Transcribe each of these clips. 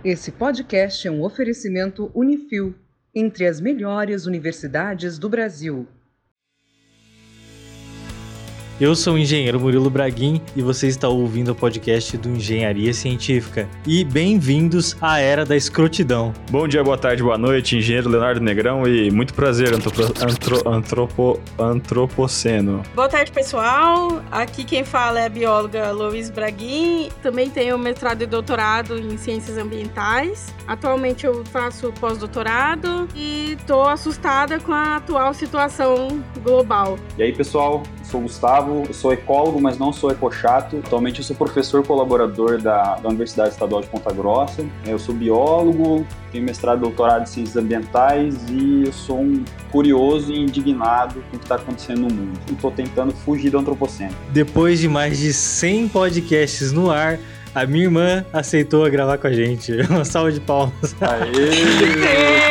Esse podcast é um oferecimento Unifil, entre as melhores universidades do Brasil. Eu sou o engenheiro Murilo Braguin e você está ouvindo o podcast do Engenharia Científica. E bem-vindos à Era da Escrotidão. Bom dia, boa tarde, boa noite, engenheiro Leonardo Negrão e muito prazer, antropoceno. Boa tarde, pessoal. Aqui quem fala é a bióloga Luiz Braguin. Também tenho mestrado e doutorado em Ciências Ambientais. Atualmente eu faço pós-doutorado e estou assustada com a atual situação global. E aí, pessoal? Eu sou o Gustavo, eu sou ecólogo, mas não sou ecochato. Atualmente eu sou professor colaborador da Universidade Estadual de Ponta Grossa. Eu sou biólogo, tenho mestrado e doutorado em Ciências Ambientais e eu sou um curioso e indignado com o que está acontecendo no mundo. Estou tentando fugir do antropoceno. Depois de mais de 100 podcasts no ar, a minha irmã aceitou gravar com a gente. Uma salva de palmas. Aê!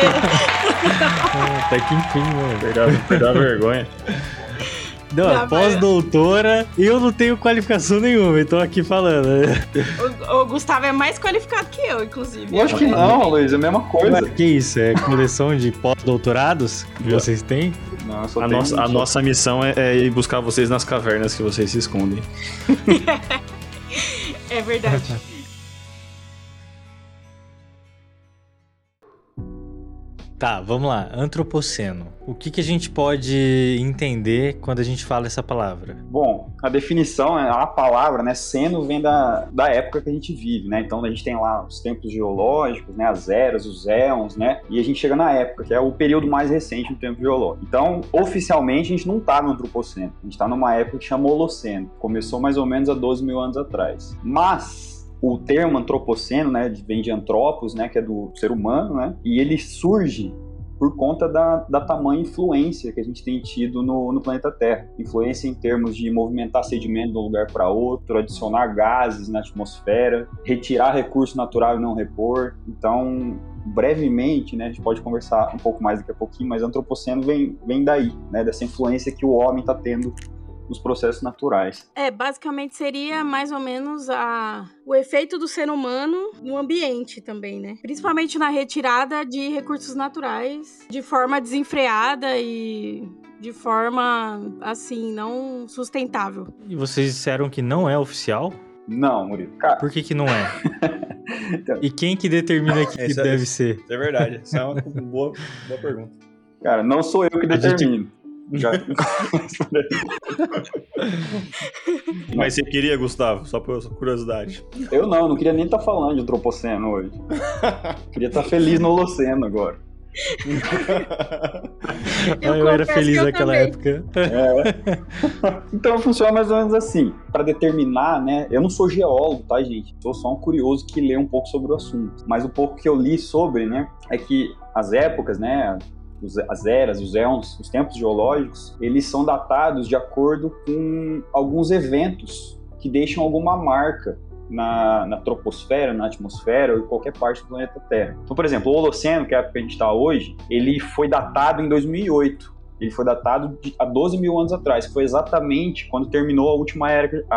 Até que enfim, mano. Perdeu a vergonha. Não, pós-doutora, eu não tenho qualificação nenhuma, então aqui falando. O Gustavo é mais qualificado que eu, inclusive. Eu acho que não, Luiz, é a mesma coisa. Mas que isso? É coleção de pós-doutorados que vocês têm? Não, A nossa missão é ir buscar vocês nas cavernas que vocês se escondem. É verdade. Tá, vamos lá. Antropoceno. O que a gente pode entender quando a gente fala essa palavra? Bom, a definição, a palavra, né, seno vem da época que a gente vive, né? Então a gente tem lá os tempos geológicos, né, as eras, os éons, né? E a gente chega na época, que é o período mais recente do tempo geológico. Então, oficialmente, a gente não tá no Antropoceno. A gente tá numa época que chama Holoceno. Começou mais ou menos há 12 mil anos atrás. Mas o termo antropoceno, né, vem de antropos, né, que é do ser humano, né, e ele surge por conta da tamanha influência que a gente tem tido no planeta Terra. Influência em termos de movimentar sedimento de um lugar para outro, adicionar gases na atmosfera, retirar recurso natural e não repor. Então, brevemente, né, a gente pode conversar um pouco mais daqui a pouquinho, mas antropoceno vem daí, né, dessa influência que o homem está tendo nos processos naturais. Basicamente seria mais ou menos o efeito do ser humano no ambiente também, né? Principalmente na retirada de recursos naturais de forma desenfreada e de forma, assim, não sustentável. E vocês disseram que não é oficial? Não, Murilo. Cara... Por que não é? Então... E quem que determina que deve ser? É verdade. Essa é uma boa pergunta. Cara, não sou eu que determino. Já. Mas você queria, Gustavo? Só por curiosidade. Eu não queria nem estar falando de antropoceno hoje. Queria estar feliz no Holoceno agora. Eu era feliz naquela época. Então funciona mais ou menos assim. Para determinar, né? Eu não sou geólogo, tá, gente? Sou só um curioso que lê um pouco sobre o assunto. Mas o pouco que eu li sobre, né, é que as épocas, né, as eras, os éons, os tempos geológicos, eles são datados de acordo com alguns eventos que deixam alguma marca na troposfera, na atmosfera ou em qualquer parte do planeta Terra. Então, por exemplo, o Holoceno, que é a época que a gente está hoje, ele foi datado em 2008. Ele foi datado há 12 mil anos atrás, que foi exatamente quando terminou a última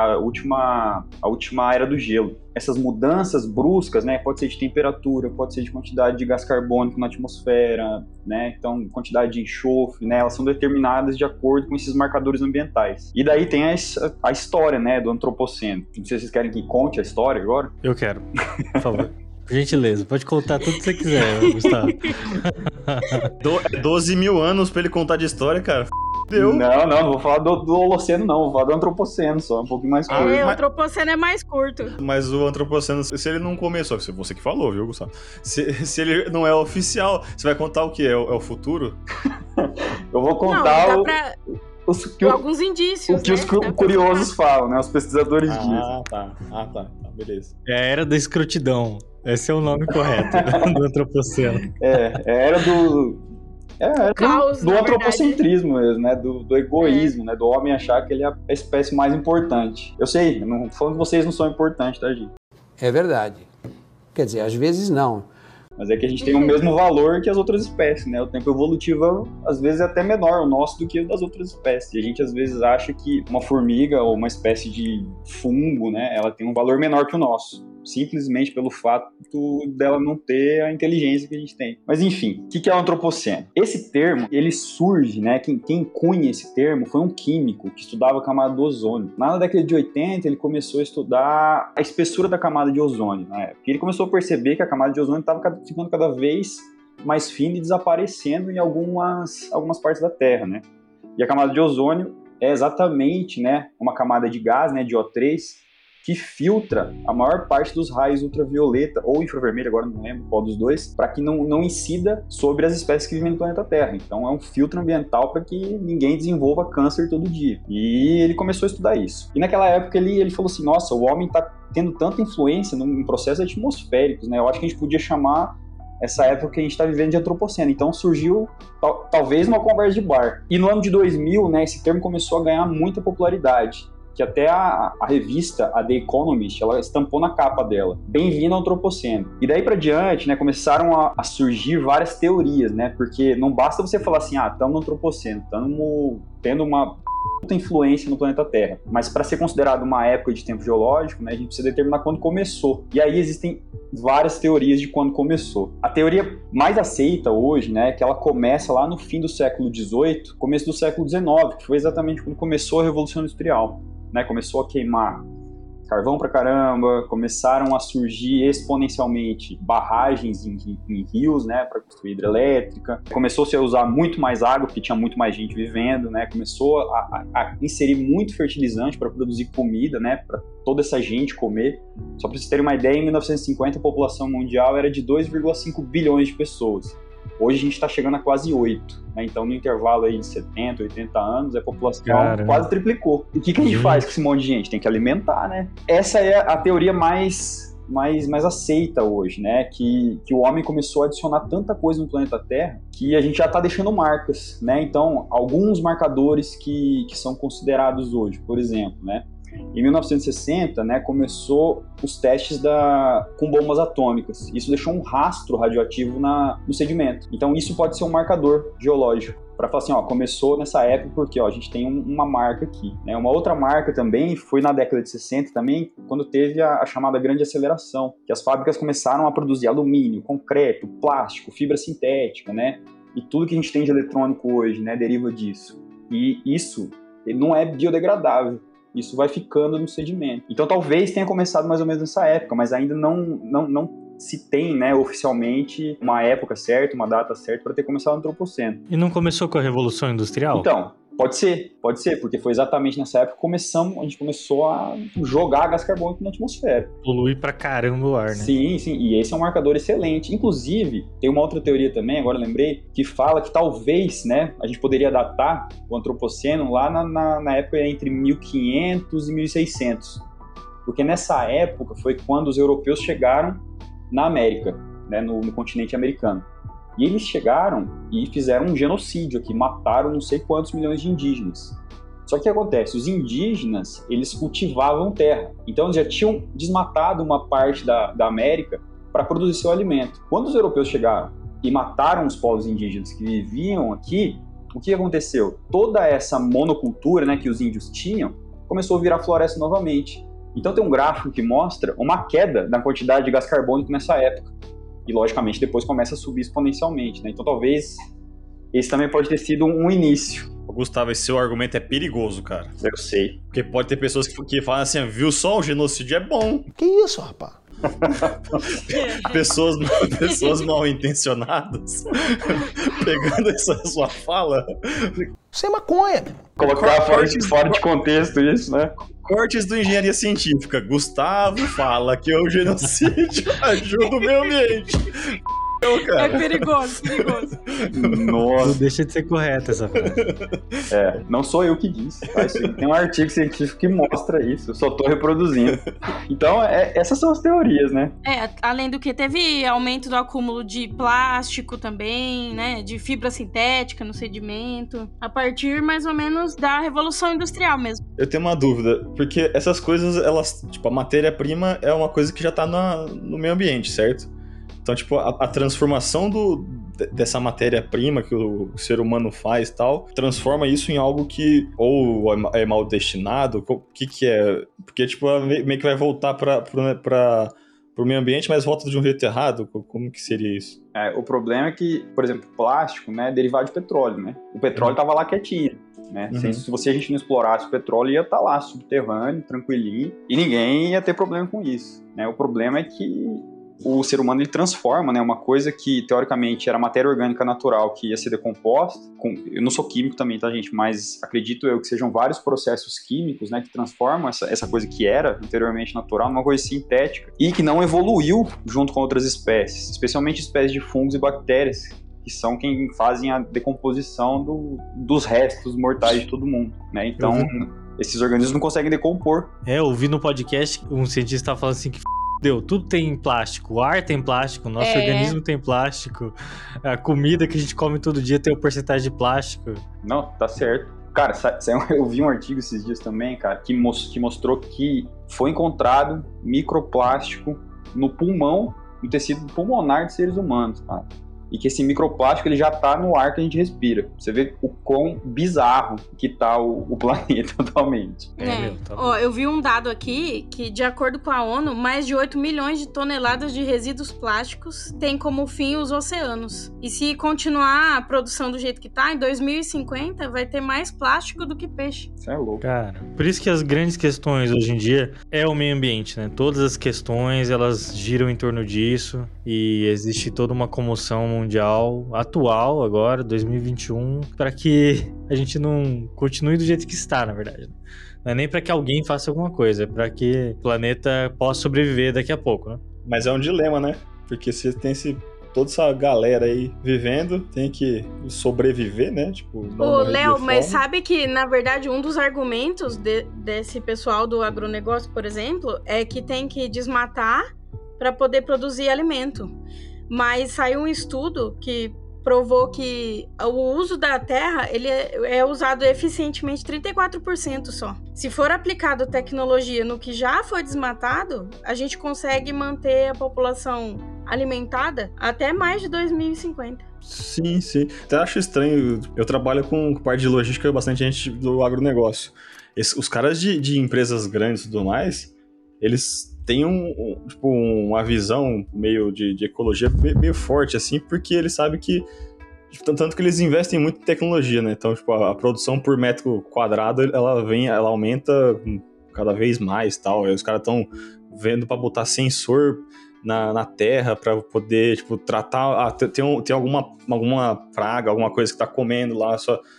era do gelo. Essas mudanças bruscas, né, pode ser de temperatura, pode ser de quantidade de gás carbônico na atmosfera, né, então quantidade de enxofre, né, elas são determinadas de acordo com esses marcadores ambientais. E daí tem a história, né, do antropoceno. Não sei se vocês querem que conte a história agora. Eu quero, por favor. Por gentileza, pode contar tudo que você quiser, Gustavo. 12 mil anos pra ele contar de história, cara. Deu. Não vou falar do Holoceno, não. Vou falar do Antropoceno só, um pouquinho mais curto. O Antropoceno é mais curto. Mas o Antropoceno, se ele não começou, você que falou, viu, Gustavo? Se ele não é oficial, você vai contar o quê? É o futuro? Eu vou contar alguns indícios, o que os curiosos falam, né? Os pesquisadores dizem. Tá, beleza. É a Era da Escrotidão. Esse é o nome correto do Antropoceno. Era do antropocentrismo mesmo, né? Do egoísmo, né? Do homem achar que ele é a espécie mais importante. Eu sei, não tô falando que vocês não são importantes, tá, gente? É verdade. Quer dizer, às vezes não. Mas é que a gente tem o mesmo valor que as outras espécies, né? O tempo evolutivo, às vezes, é até menor o nosso do que o das outras espécies. E a gente, às vezes, acha que uma formiga ou uma espécie de fungo, né? Ela tem um valor menor que o nosso. simplesmente pelo fato dela não ter a inteligência que a gente tem. Mas enfim, o que é o antropoceno? Esse termo, ele surge, né, quem cunha esse termo foi um químico que estudava a camada do ozônio. Na década de 80, ele começou a estudar a espessura da camada de ozônio, né? E ele começou a perceber que a camada de ozônio estava ficando cada vez mais fina e desaparecendo em algumas partes da Terra, né? E a camada de ozônio é exatamente, né, uma camada de gás, né, de O3, que filtra a maior parte dos raios ultravioleta ou infravermelho, agora não lembro qual dos dois, para que não incida sobre as espécies que vivem no planeta Terra. Então é um filtro ambiental para que ninguém desenvolva câncer todo dia. E ele começou a estudar isso. E naquela época ele falou assim, nossa, o homem está tendo tanta influência em processos atmosféricos, né? Eu acho que a gente podia chamar essa época que a gente está vivendo de antropoceno. Então surgiu talvez uma conversa de bar. E no ano de 2000, né, esse termo começou a ganhar muita popularidade, que até a revista, a The Economist, ela estampou na capa dela, bem-vindo ao antropoceno. E daí para diante, né, começaram a surgir várias teorias, né, porque não basta você falar assim, estamos no antropoceno, estamos tendo uma puta influência no planeta Terra, mas para ser considerado uma época de tempo geológico, né, a gente precisa determinar quando começou. E aí existem várias teorias de quando começou. A teoria mais aceita hoje, né, é que ela começa lá no fim do século XVIII, começo do século XIX, que foi exatamente quando começou a Revolução Industrial. Né, começou a queimar carvão pra caramba, começaram a surgir exponencialmente barragens em rios, né, para construir hidrelétrica, começou-se a usar muito mais água, porque tinha muito mais gente vivendo, né, começou a inserir muito fertilizante para produzir comida, né, para toda essa gente comer. Só para vocês terem uma ideia, em 1950 a população mundial era de 2,5 bilhões de pessoas. Hoje a gente está chegando a quase 8, né? Então no intervalo aí de 70, 80 anos, a população quase triplicou. E o que a gente faz com esse monte de gente? Tem que alimentar, né? Essa é a teoria mais aceita hoje, né? Que o homem começou a adicionar tanta coisa no planeta Terra que a gente já está deixando marcas, né? Então, alguns marcadores que são considerados hoje, por exemplo, né? Em 1960, né, começou os testes com bombas atômicas. Isso deixou um rastro radioativo no sedimento. Então isso pode ser um marcador geológico para falar assim, começou nessa época porque a gente tem uma marca aqui, né? Uma outra marca também foi na década de 60 também, quando teve a chamada grande aceleração, que as fábricas começaram a produzir alumínio, concreto, plástico, fibra sintética, né? E tudo que a gente tem de eletrônico hoje, né, deriva disso. E isso não é biodegradável. Isso vai ficando no sedimento. Então talvez tenha começado mais ou menos nessa época, mas ainda não se tem, né, oficialmente uma época certa, uma data certa para ter começado o antropoceno. E não começou com a Revolução Industrial? Então, pode ser, porque foi exatamente nessa época que a gente começou a jogar gás carbônico na atmosfera. Polui pra caramba o ar, né? Sim, e esse é um marcador excelente. Inclusive, tem uma outra teoria também, agora eu lembrei, que fala que talvez, né, a gente poderia datar o antropoceno lá na época entre 1500 e 1600. Porque nessa época foi quando os europeus chegaram na América, né, no continente americano. E eles chegaram e fizeram um genocídio aqui, mataram não sei quantos milhões de indígenas. Só que o que acontece? Os indígenas, eles cultivavam terra. Então eles já tinham desmatado uma parte da América para produzir seu alimento. Quando os europeus chegaram e mataram os povos indígenas que viviam aqui, o que aconteceu? Toda essa monocultura, né, que os índios tinham, começou a virar floresta novamente. Então tem um gráfico que mostra uma queda na quantidade de gás carbônico nessa época. E, logicamente, depois começa a subir exponencialmente, né? Então, talvez, esse também pode ter sido um início. Gustavo, esse seu argumento é perigoso, cara. Eu sei. Porque pode ter pessoas que falam assim, viu só, o genocídio é bom. Que isso, rapaz? pessoas mal intencionadas pegando essa sua fala. Isso é maconha. Colocar fora de contexto isso, né? Cortes do Engenharia Científica. Gustavo fala que o genocídio ajuda o meio ambiente. É perigoso. Nossa. Não deixa de ser correta essa frase. Não sou eu que disse, tá? Tem um artigo científico que mostra isso, eu só tô reproduzindo. Então, essas são as teorias, né? Além do que teve aumento do acúmulo de plástico também, né? De fibra sintética no sedimento, a partir mais ou menos da Revolução Industrial mesmo. Eu tenho uma dúvida, porque essas coisas, elas, tipo, a matéria-prima é uma coisa que já tá no meio ambiente, certo? Então, tipo, a transformação dessa matéria-prima que o ser humano faz e tal, transforma isso em algo que ou é mal destinado, o que é? Porque, tipo, meio que vai voltar pra pro meio ambiente, mas volta de um jeito errado? Como que seria isso? O problema é que, por exemplo, plástico, né, é derivado de petróleo, né? O petróleo tava lá quietinho, né? Se a gente não explorasse o petróleo, ia estar lá, subterrâneo, tranquilinho, e ninguém ia ter problema com isso, né? O problema é que o ser humano ele transforma, né, uma coisa que teoricamente era matéria orgânica natural que ia ser decomposta. Eu não sou químico também, tá, gente? Mas acredito eu que sejam vários processos químicos, né, que transformam essa coisa que era anteriormente natural numa coisa sintética e que não evoluiu junto com outras espécies, especialmente espécies de fungos e bactérias, que são quem fazem a decomposição dos restos mortais de todo mundo, né? Então, esses organismos não conseguem decompor. Eu ouvi no podcast um cientista falando assim que tudo tem plástico, o ar tem plástico, o nosso organismo tem plástico, a comida que a gente come todo dia tem uma porcentagem de plástico. Não, tá certo. Cara, eu vi um artigo esses dias também, cara, que mostrou que foi encontrado microplástico no pulmão, no tecido pulmonar de seres humanos, cara. E que esse microplástico ele já tá no ar que a gente respira. Você vê o quão bizarro que tá o planeta atualmente. Eu vi um dado aqui que, de acordo com a ONU, mais de 8 milhões de toneladas de resíduos plásticos têm como fim os oceanos. E se continuar a produção do jeito que tá, em 2050 vai ter mais plástico do que peixe. Isso é louco. Cara, por isso que as grandes questões hoje em dia é o meio ambiente, né? Todas as questões, elas giram em torno disso e existe toda uma comoção mundial atual agora, 2021, para que a gente não continue do jeito que está, na verdade. Não é nem para que alguém faça alguma coisa, é para que o planeta possa sobreviver daqui a pouco, né? Mas é um dilema, né? Porque você tem toda essa galera aí vivendo, tem que sobreviver, né? Tipo, Ô, Léo, mas sabe que, na verdade, um dos argumentos desse pessoal do agronegócio, por exemplo, é que tem que desmatar para poder produzir alimento. Mas saiu um estudo que provou que o uso da terra ele é usado eficientemente 34% só. Se for aplicado tecnologia no que já foi desmatado, a gente consegue manter a população alimentada até mais de 2050. Sim. Até acho estranho. Eu trabalho com parte de logística, bastante gente do agronegócio. Os caras de empresas grandes e tudo mais, eles têm uma visão meio de ecologia meio forte, assim, porque eles sabem que, tanto que eles investem muito em tecnologia, né? Então, tipo, a produção por metro quadrado, ela aumenta cada vez mais, tal. E os caras estão vendo para botar sensor na terra para poder, tipo, tratar, tem alguma praga, alguma coisa que tá comendo lá a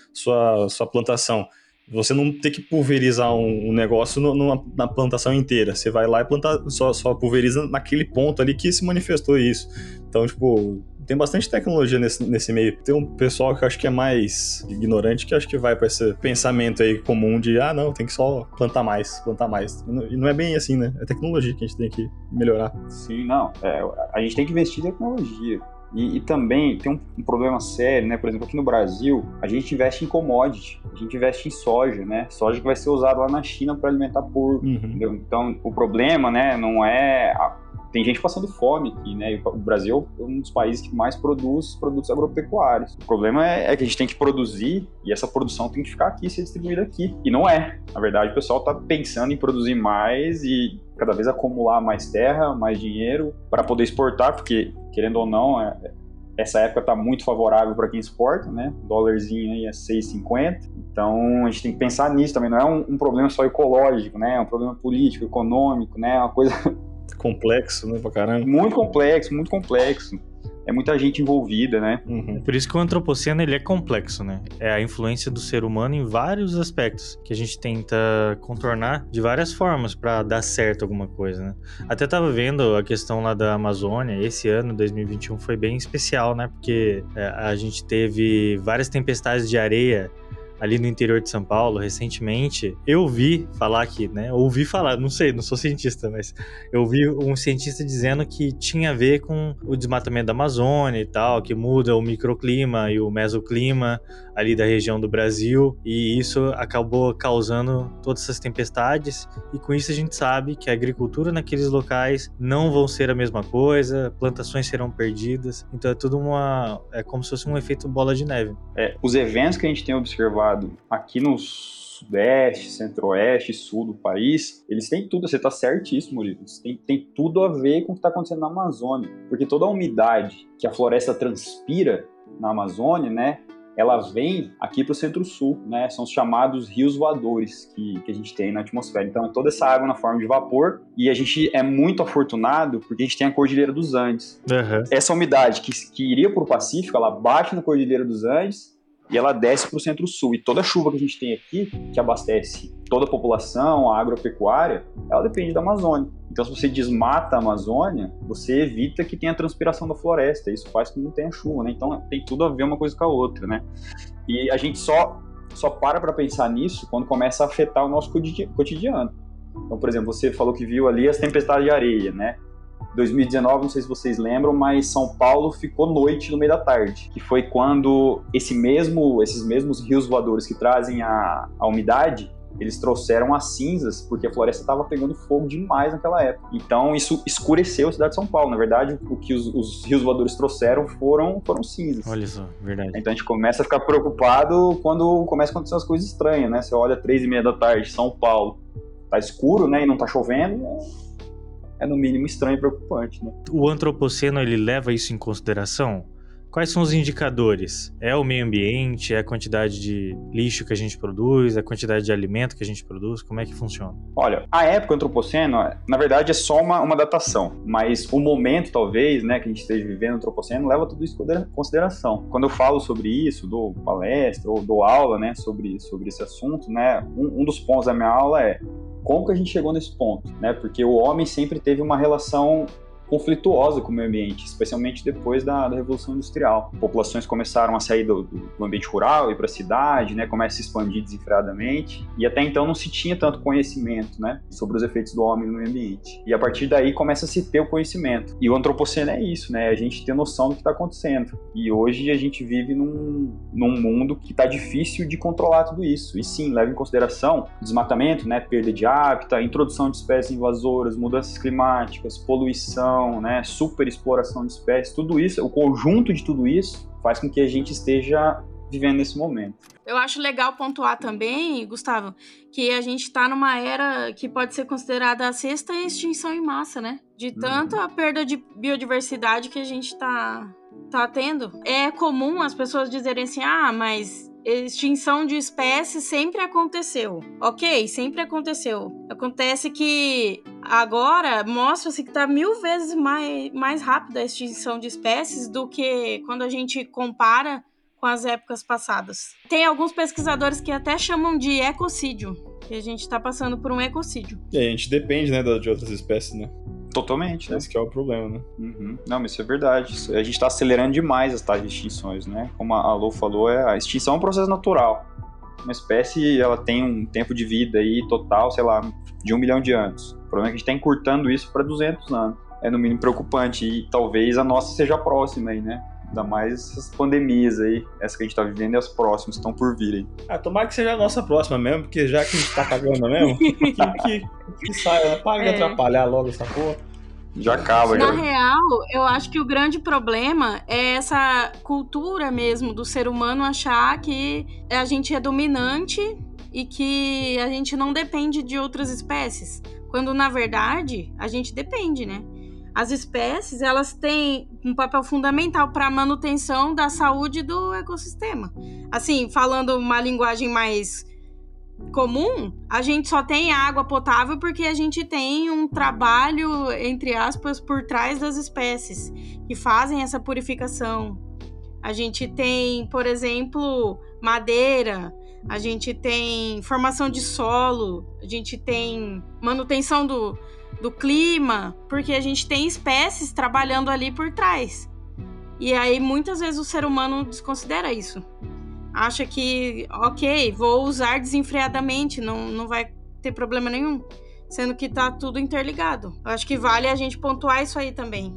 sua plantação. Você não tem que pulverizar um negócio na plantação inteira. Você vai lá e só pulveriza naquele ponto ali que se manifestou isso. Então, tipo, tem bastante tecnologia nesse meio. Tem um pessoal que eu acho que é mais ignorante, que acho que vai para esse pensamento aí comum de, não, tem que só plantar mais. E não é bem assim, né? É tecnologia que a gente tem que melhorar. Sim, não. A gente tem que investir em tecnologia. E também tem um problema sério, né? Por exemplo, aqui no Brasil, a gente investe em commodity, a gente investe em soja, né? Soja que vai ser usada lá na China para alimentar porco, entendeu? Então, o problema, né, não é... Tem gente passando fome aqui, né? E o Brasil é um dos países que mais produz produtos agropecuários. O problema é que a gente tem que produzir e essa produção tem que ficar aqui e ser distribuída aqui. E não é. Na verdade, o pessoal está pensando em produzir mais e cada vez acumular mais terra, mais dinheiro para poder exportar, porque, querendo ou não, essa época está muito favorável para quem exporta, né? O dólarzinho aí é 6,50. Então, a gente tem que pensar nisso também. Não é um problema só ecológico, né? É um problema político, econômico, né? É uma coisa... complexo, né, pra caramba. Muito complexo. É muita gente envolvida, né? Por isso que o antropoceno, ele é complexo, né? É a influência do ser humano em vários aspectos, que a gente tenta contornar de várias formas pra dar certo alguma coisa, né? Até tava vendo a questão lá da Amazônia, esse ano, 2021, foi bem especial, né? Porque a gente teve várias tempestades de areia ali no interior de São Paulo, recentemente. Eu ouvi falar aqui, né? Não sei, não sou cientista, mas eu ouvi um cientista dizendo que tinha a ver com o desmatamento da Amazônia e tal, que muda o microclima e o mesoclima ali da região do Brasil, e isso acabou causando todas essas tempestades, e com isso a gente sabe que a agricultura naqueles locais não vão ser a mesma coisa, plantações serão perdidas, então é tudo é como se fosse um efeito bola de neve. Os eventos que a gente tem observado aqui no sudeste, centro-oeste, sul do país, eles têm tudo, você está certíssimo, Murilo, tem tudo a ver com o que está acontecendo na Amazônia, porque toda a umidade que a floresta transpira na Amazônia, né, ela vem aqui para o centro-sul, né? São os chamados rios voadores que a gente tem na atmosfera. Então, é toda essa água na forma de vapor, e a gente é muito afortunado porque a gente tem a Cordilheira dos Andes. Uhum. Essa umidade que iria para o Pacífico, ela bate na Cordilheira dos Andes e ela desce para o centro-sul. E toda a chuva que a gente tem aqui, que abastece toda a população, a agropecuária, ela depende da Amazônia. Então, se você desmata a Amazônia, você evita que tenha a transpiração da floresta. Isso faz com que não tenha chuva, né? Então, tem tudo a ver uma coisa com a outra, né? E a gente só para pensar nisso quando começa a afetar o nosso cotidiano. Então, por exemplo, você falou que viu ali as tempestades de areia, né? 2019, não sei se vocês lembram, mas São Paulo ficou noite no meio da tarde, que foi quando esses mesmos rios voadores que trazem a umidade, eles trouxeram as cinzas, porque a floresta estava pegando fogo demais naquela época. Então isso escureceu a cidade de São Paulo. Na verdade, o que os rios voadores trouxeram foram cinzas. Olha só, verdade. Então a gente começa a ficar preocupado quando começa a acontecer umas coisas estranhas, né? Você olha 3h30 da tarde, São Paulo, tá escuro, né, e não tá chovendo, é no mínimo estranho e preocupante, né? O antropoceno, ele leva isso em consideração? Quais são os indicadores? É o meio ambiente? É a quantidade de lixo que a gente produz? É a quantidade de alimento que a gente produz? Como é que funciona? Olha, a época antropoceno, na verdade, é só uma datação. Mas o momento, talvez, né, que a gente esteja vivendo no antropoceno, leva tudo isso em consideração. Quando eu falo sobre isso, dou palestra ou dou aula, né, sobre esse assunto, né, um dos pontos da minha aula é como que a gente chegou nesse ponto, né? Porque o homem sempre teve uma relação conflituosa com o meio ambiente, especialmente depois da Revolução Industrial. Populações começaram a sair do ambiente rural e para a cidade, né, começa a se expandir desenfreadamente, e até então não se tinha tanto conhecimento, né, sobre os efeitos do homem no meio ambiente. E a partir daí começa a se ter o conhecimento. E o antropoceno é isso, né, a gente ter noção do que está acontecendo. E hoje a gente vive num mundo que está difícil de controlar tudo isso. E sim, leva em consideração desmatamento, né, perda de hábitat, introdução de espécies invasoras, mudanças climáticas, poluição, né, superexploração de espécies, tudo isso, o conjunto de tudo isso faz com que a gente esteja vivendo nesse momento. Eu acho legal pontuar também, Gustavo, que a gente está numa era que pode ser considerada a sexta extinção em massa, né? De tanta perda de biodiversidade que a gente tá tendo. É comum as pessoas dizerem assim, mas extinção de espécies sempre aconteceu. Ok, sempre aconteceu. Acontece que agora mostra-se que está 1000 vezes mais rápida a extinção de espécies do que quando a gente compara com as épocas passadas. Tem alguns pesquisadores que até chamam de ecocídio, que a gente está passando por um ecocídio. E a gente depende, né, de outras espécies, né? Totalmente, né? Esse que é o problema, né? Uhum. Não, mas isso é verdade. A gente está acelerando demais as taxas de extinções, né? Como a Lô falou, a extinção é um processo natural. Uma espécie, ela tem um tempo de vida aí total, sei lá, de 1 milhão de anos. O problema é que a gente está encurtando isso para 200 anos. É no mínimo preocupante e talvez a nossa seja a próxima aí, né? Ainda mais essas pandemias aí, essa que a gente tá vivendo e as próximas que estão por vir aí. Tomara que seja a nossa próxima mesmo, porque já que a gente tá cagando mesmo, que saia, né? Para de atrapalhar logo essa porra. Já acaba. Na real, eu acho que o grande problema é essa cultura mesmo do ser humano achar que a gente é dominante e que a gente não depende de outras espécies, quando na verdade a gente depende, né? As espécies, elas têm um papel fundamental para a manutenção da saúde do ecossistema. Assim, falando uma linguagem mais comum, a gente só tem água potável porque a gente tem um trabalho, entre aspas, por trás das espécies, que fazem essa purificação. A gente tem, por exemplo, madeira, a gente tem formação de solo, a gente tem manutenção do clima, porque a gente tem espécies trabalhando ali por trás. E aí, muitas vezes, o ser humano desconsidera isso. Acha que, ok, vou usar desenfreadamente, não vai ter problema nenhum. Sendo que tá tudo interligado. Eu acho que vale a gente pontuar isso aí também.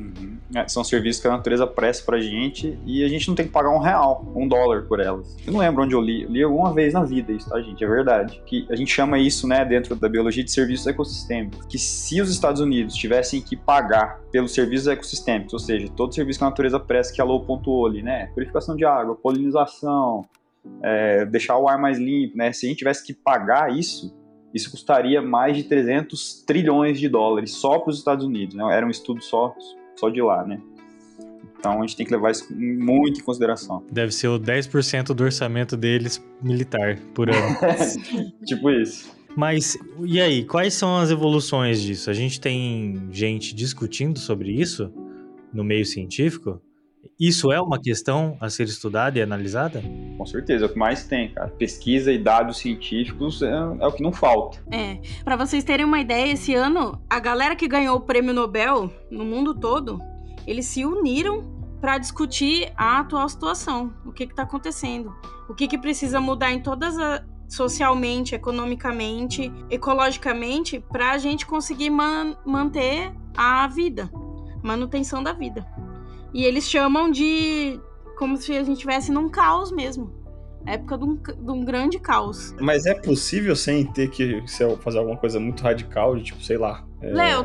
São serviços que a natureza presta pra gente e a gente não tem que pagar R$1, $1 por elas. Eu não lembro onde eu li alguma vez na vida isso, tá, gente? É verdade. Que a gente chama isso, né, dentro da biologia de serviços ecossistêmicos. Que se os Estados Unidos tivessem que pagar pelos serviços ecossistêmicos, ou seja, todo serviço que a natureza presta, que a Lô pontuou ali, né? Purificação de água, polinização, deixar o ar mais limpo, né? Se a gente tivesse que pagar isso custaria mais de 300 trilhões de dólares só para os Estados Unidos, né? Era um estudo só de lá, né? Então a gente tem que levar isso muito em consideração. Deve ser o 10% do orçamento deles militar por ano. Tipo isso. Mas, e aí, quais são as evoluções disso? A gente tem gente discutindo sobre isso no meio científico? Isso é uma questão a ser estudada e analisada? Com certeza, é o que mais tem, cara. Pesquisa e dados científicos é o que não falta. Pra vocês terem uma ideia, esse ano, a galera que ganhou o prêmio Nobel no mundo todo, eles se uniram para discutir a atual situação, o que está acontecendo, o que precisa mudar em socialmente, economicamente, ecologicamente, para a gente conseguir manter a vida, manutenção da vida. E eles chamam de como se a gente estivesse num caos mesmo. Época de um grande caos. Mas é possível sem ter que fazer alguma coisa muito radical, de tipo, sei lá... Léo,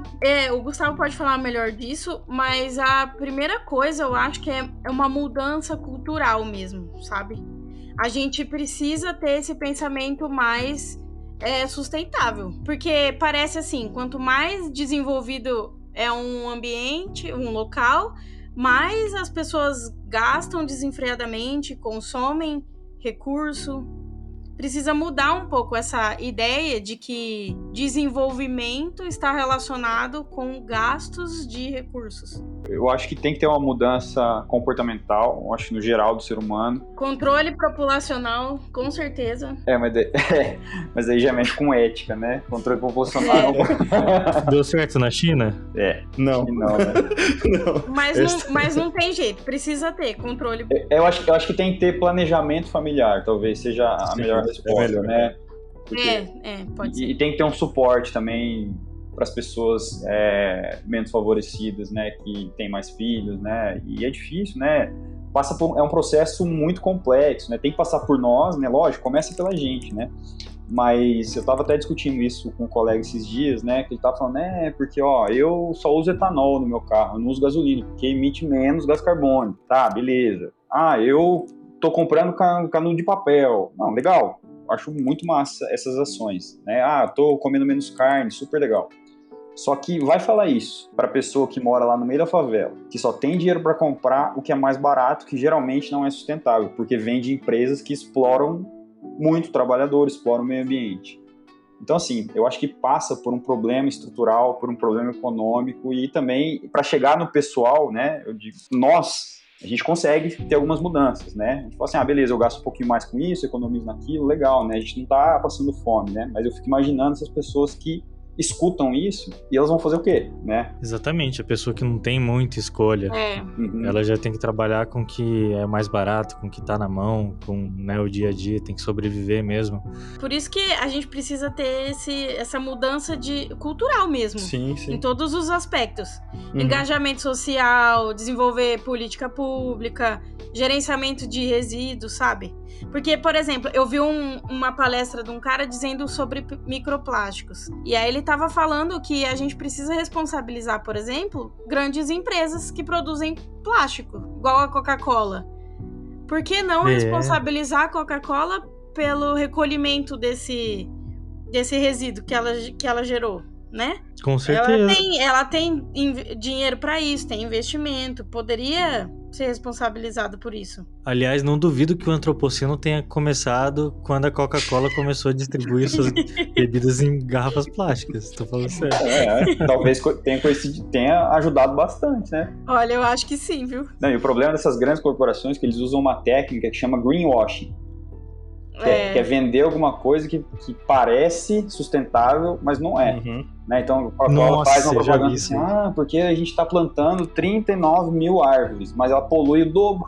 o Gustavo pode falar melhor disso, mas a primeira coisa eu acho que é uma mudança cultural mesmo, sabe? A gente precisa ter esse pensamento mais sustentável. Porque parece assim, quanto mais desenvolvido é um ambiente, um local, mais as pessoas gastam desenfreadamente, consomem recurso. Precisa mudar um pouco essa ideia de que desenvolvimento está relacionado com gastos de recursos. Eu acho que tem que ter uma mudança comportamental, eu acho, no geral do ser humano. Controle populacional, com certeza. Mas aí já mexe com ética, né? Controle populacional. Deu certo na China? Não. Não, né? Não. Mas não tem jeito, precisa ter controle. Eu acho que tem que ter planejamento familiar, talvez seja a melhor resposta, né? Porque, pode ser. E tem que ter um suporte também para as pessoas menos favorecidas, né, que têm mais filhos, né, e é difícil, né, é um processo muito complexo, né, tem que passar por nós, né, lógico, começa pela gente, né, mas eu estava até discutindo isso com um colega esses dias, né, que ele estava falando, porque, eu só uso etanol no meu carro, eu não uso gasolina, porque emite menos gás carbônico, tá, beleza, eu tô comprando canudo de papel, não, legal, acho muito massa essas ações, né, tô comendo menos carne, super legal. Só que vai falar isso para a pessoa que mora lá no meio da favela, que só tem dinheiro para comprar o que é mais barato, que geralmente não é sustentável, porque vem de empresas que exploram muito o trabalhador, exploram o meio ambiente. Então, assim, eu acho que passa por um problema estrutural, por um problema econômico e também para chegar no pessoal, né? Eu digo, a gente consegue ter algumas mudanças, né? A gente fala assim, beleza, eu gasto um pouquinho mais com isso, economizo naquilo, legal, né? A gente não tá passando fome, né? Mas eu fico imaginando essas pessoas que escutam isso e elas vão fazer o quê, né? Exatamente, a pessoa que não tem muita escolha, ela já tem que trabalhar com o que é mais barato, com o que tá na mão, com, né, o dia a dia, tem que sobreviver mesmo. Por isso que a gente precisa ter essa mudança cultural mesmo, sim. Em todos os aspectos. Engajamento social, desenvolver política pública, gerenciamento de resíduos, sabe? Porque, por exemplo, eu vi uma palestra de um cara dizendo sobre microplásticos. E aí ele tava falando que a gente precisa responsabilizar, por exemplo, grandes empresas que produzem plástico, igual a Coca-Cola. Por que não responsabilizar a Coca-Cola pelo recolhimento desse resíduo que ela gerou, né? Com certeza. Ela tem dinheiro para isso, tem investimento, poderia ser responsabilizado por isso. Aliás, não duvido que o antropoceno tenha começado quando a Coca-Cola começou a distribuir suas bebidas em garrafas plásticas. Tô falando sério. Talvez tenha ajudado bastante, né? Olha, eu acho que sim, viu? Não, e o problema dessas grandes corporações é que eles usam uma técnica que chama greenwashing. Que é vender alguma coisa que parece sustentável, mas não é. Né? Então, a Coca-Cola faz uma propaganda assim, porque a gente está plantando 39 mil árvores, mas ela polui o dobro.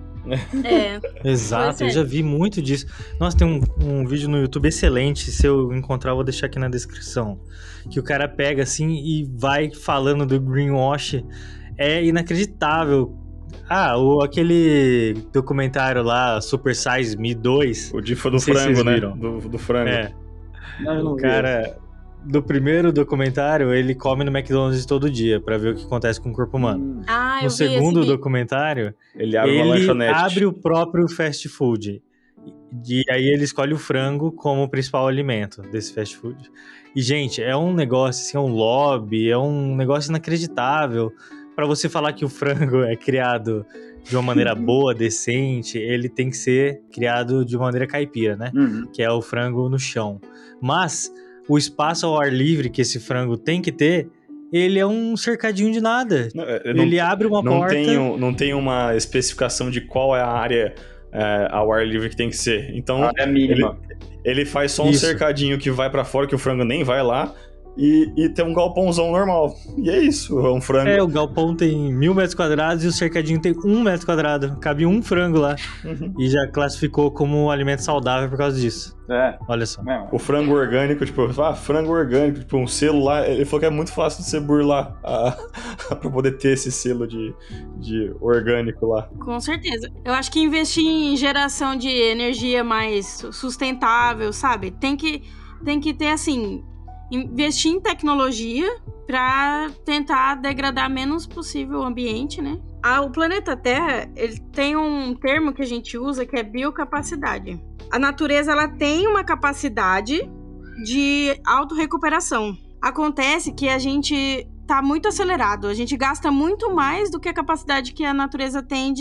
Exato, eu já vi muito disso. Nossa, tem um vídeo no YouTube excelente, se eu encontrar eu vou deixar aqui na descrição, que o cara pega assim e vai falando do greenwash. É inacreditável. Aquele documentário lá, Super Size Me 2. O Difa do frango, né? Do frango. O cara, do primeiro documentário, ele come no McDonald's todo dia pra ver o que acontece com o corpo humano. No segundo documentário, ele abre uma lanchonete. Abre o próprio fast food. E aí ele escolhe o frango como principal alimento desse fast food. E, gente, é um negócio, assim, é um lobby, é um negócio inacreditável. Pra você falar que o frango é criado de uma maneira boa, decente, ele tem que ser criado de uma maneira caipira, né? Que é o frango no chão. Mas o espaço ao ar livre que esse frango tem que ter, ele é um cercadinho de nada. Ele abre uma porta... Não tem uma especificação de qual é a área ao ar livre que tem que ser. Então, é mínima. Ele faz só um cercadinho que vai pra fora, que o frango nem vai lá, e tem um galpãozão normal. E é isso, é um frango. O galpão tem 1.000 metros quadrados e o cercadinho tem 1 metro quadrado. Cabe um frango lá. E já classificou como um alimento saudável por causa disso. Olha só. O frango orgânico, tipo, frango orgânico, tipo, um selo lá, ele falou que é muito fácil de você burlar pra poder ter esse selo de orgânico lá. Com certeza. Eu acho que investir em geração de energia mais sustentável, sabe? Tem que ter, assim, investir em tecnologia para tentar degradar menos possível o ambiente, né? O planeta Terra, ele tem um termo que a gente usa que é biocapacidade. A natureza, ela tem uma capacidade de autorrecuperação. Acontece que a gente tá muito acelerado, a gente gasta muito mais do que a capacidade que a natureza tem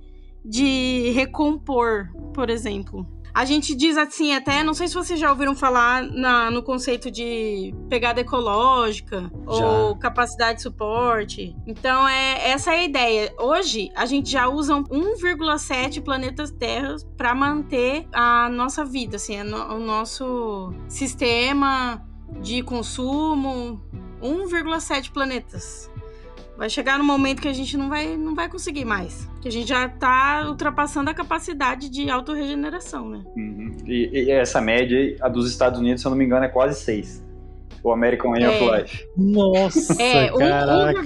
de recompor, por exemplo. A gente diz assim, até, não sei se vocês já ouviram falar no conceito de pegada ecológica ou capacidade de suporte. Então, essa é a ideia. Hoje, a gente já usa 1,7 planetas Terra para manter a nossa vida, assim, o nosso sistema de consumo, 1,7 planetas. Vai chegar no momento que a gente não vai conseguir mais. Que a gente já tá ultrapassando a capacidade de autorregeneração, né? E essa média, a dos Estados Unidos, se eu não me engano, é quase 6. O American Way of Life. Nossa, caraca,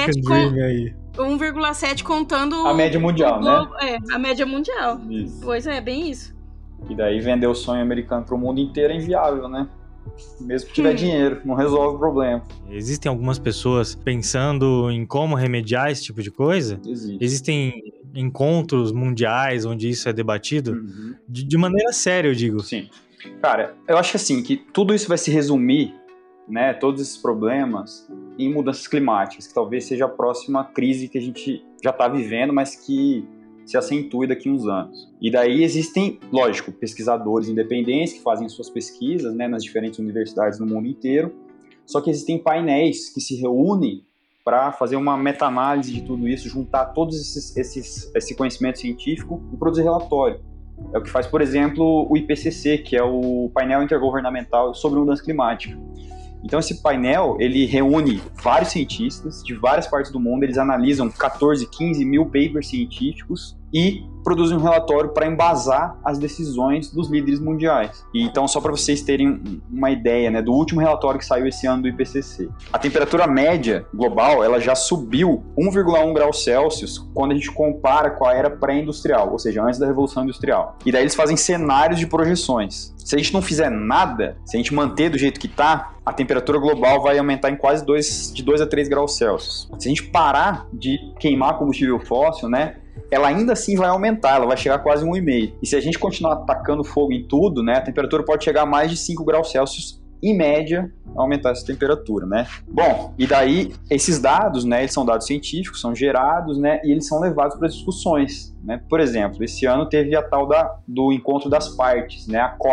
1,7 contando... A média mundial, né? A média mundial. Isso. Pois é, bem isso. E daí vender o sonho americano pro mundo inteiro é inviável, né? Mesmo que tiver dinheiro, não resolve o problema. Existem algumas pessoas pensando em como remediar esse tipo de coisa? Existem encontros mundiais onde isso é debatido? De maneira séria, eu digo. Sim. Cara, eu acho que assim, que tudo isso vai se resumir, né, todos esses problemas, em mudanças climáticas, que talvez seja a próxima crise que a gente já está vivendo, mas que se acentue daqui a uns anos. E daí existem, lógico, pesquisadores independentes que fazem suas pesquisas, né, nas diferentes universidades no mundo inteiro, só que existem painéis que se reúnem para fazer uma meta-análise de tudo isso, juntar todos esse conhecimento científico e produzir relatório. É o que faz, por exemplo, o IPCC, que é o painel intergovernamental sobre mudança climática. Então esse painel, ele reúne vários cientistas de várias partes do mundo, eles analisam 14, 15 mil papers científicos e produzem um relatório para embasar as decisões dos líderes mundiais. E então, só para vocês terem uma ideia, né, do último relatório que saiu esse ano do IPCC, a temperatura média global, ela já subiu 1,1 graus Celsius quando a gente compara com a era pré-industrial, ou seja, antes da Revolução Industrial. E daí eles fazem cenários de projeções. Se a gente não fizer nada, se a gente manter do jeito que está, a temperatura global vai aumentar em quase de 2 a 3 graus Celsius. Se a gente parar de queimar combustível fóssil, né, ela ainda assim vai aumentar, ela vai chegar a quase 1,5. E se a gente continuar atacando fogo em tudo, né, a temperatura pode chegar a mais de 5 graus Celsius, em média, aumentar essa temperatura, né? Bom, e daí, esses dados, né, eles são dados científicos, são gerados, né, e eles são levados para discussões, né? Por exemplo, esse ano teve a tal do encontro das partes, né, a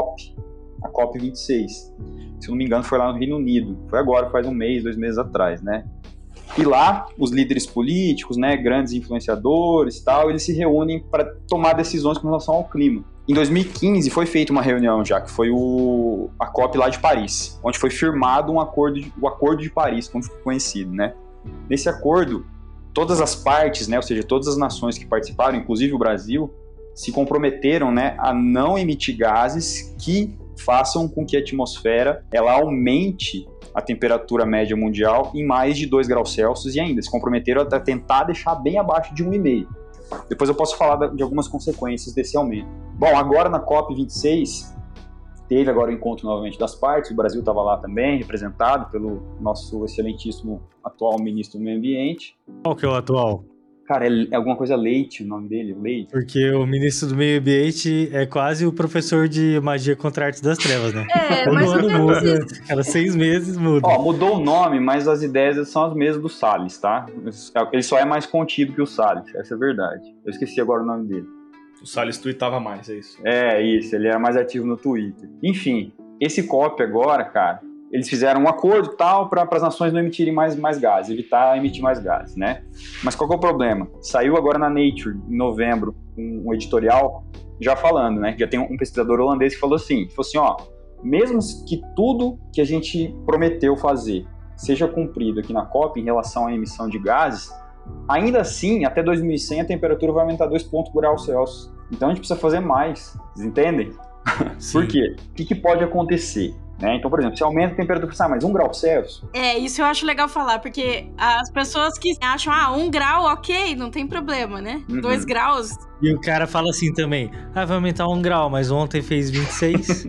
COP26. Se não me engano, foi lá no Reino Unido. Foi agora, faz 1 mês, 2 meses atrás, né? E lá, os líderes políticos, né, grandes influenciadores e tal, eles se reúnem para tomar decisões com relação ao clima. Em 2015 foi feita uma reunião já, que foi a COP lá de Paris, onde foi firmado o Acordo de Paris, como ficou conhecido, né? Nesse acordo, todas as partes, né, ou seja, todas as nações que participaram, inclusive o Brasil, se comprometeram, né, a não emitir gases que façam com que a atmosfera ela aumente a temperatura média mundial em mais de 2 graus Celsius e ainda se comprometeram a tentar deixar bem abaixo de 1,5. Depois eu posso falar de algumas consequências desse aumento. Bom, agora na COP26 teve agora o encontro novamente das partes, o Brasil estava lá também, representado pelo nosso excelentíssimo atual ministro do Meio Ambiente. Qual que é o atual? Cara, é alguma coisa Leite, o nome dele, Leite. Porque o ministro do meio ambiente é quase o professor de magia contra artes das trevas, né? Todo mas ano não muda, cada 6 meses muda. Ó, mudou o nome, mas as ideias são as mesmas do Salles, tá? Ele só é mais contido que o Salles, essa é a verdade. Eu esqueci agora o nome dele. O Salles tweetava mais, é isso. É, isso, ele era mais ativo no Twitter. Enfim, esse COP agora, cara, eles fizeram um acordo e tal para as nações não emitirem mais gases, evitar emitir mais gases, né? Mas qual que é o problema? Saiu agora na Nature, em novembro, um editorial já falando, né? Já tem um pesquisador holandês que falou assim, ó, mesmo que tudo que a gente prometeu fazer seja cumprido aqui na COP em relação à emissão de gases, ainda assim, até 2100 a temperatura vai aumentar 2 pontos graus Celsius. Então a gente precisa fazer mais, vocês entendem? Por quê? O que pode acontecer? Né? Então, por exemplo, se aumenta a temperatura, mais 1 grau Celsius. Isso eu acho legal falar, porque as pessoas que acham, 1 grau, ok, não tem problema, né? 2 graus. E o cara fala assim também, vai aumentar 1 grau, mas ontem fez 26.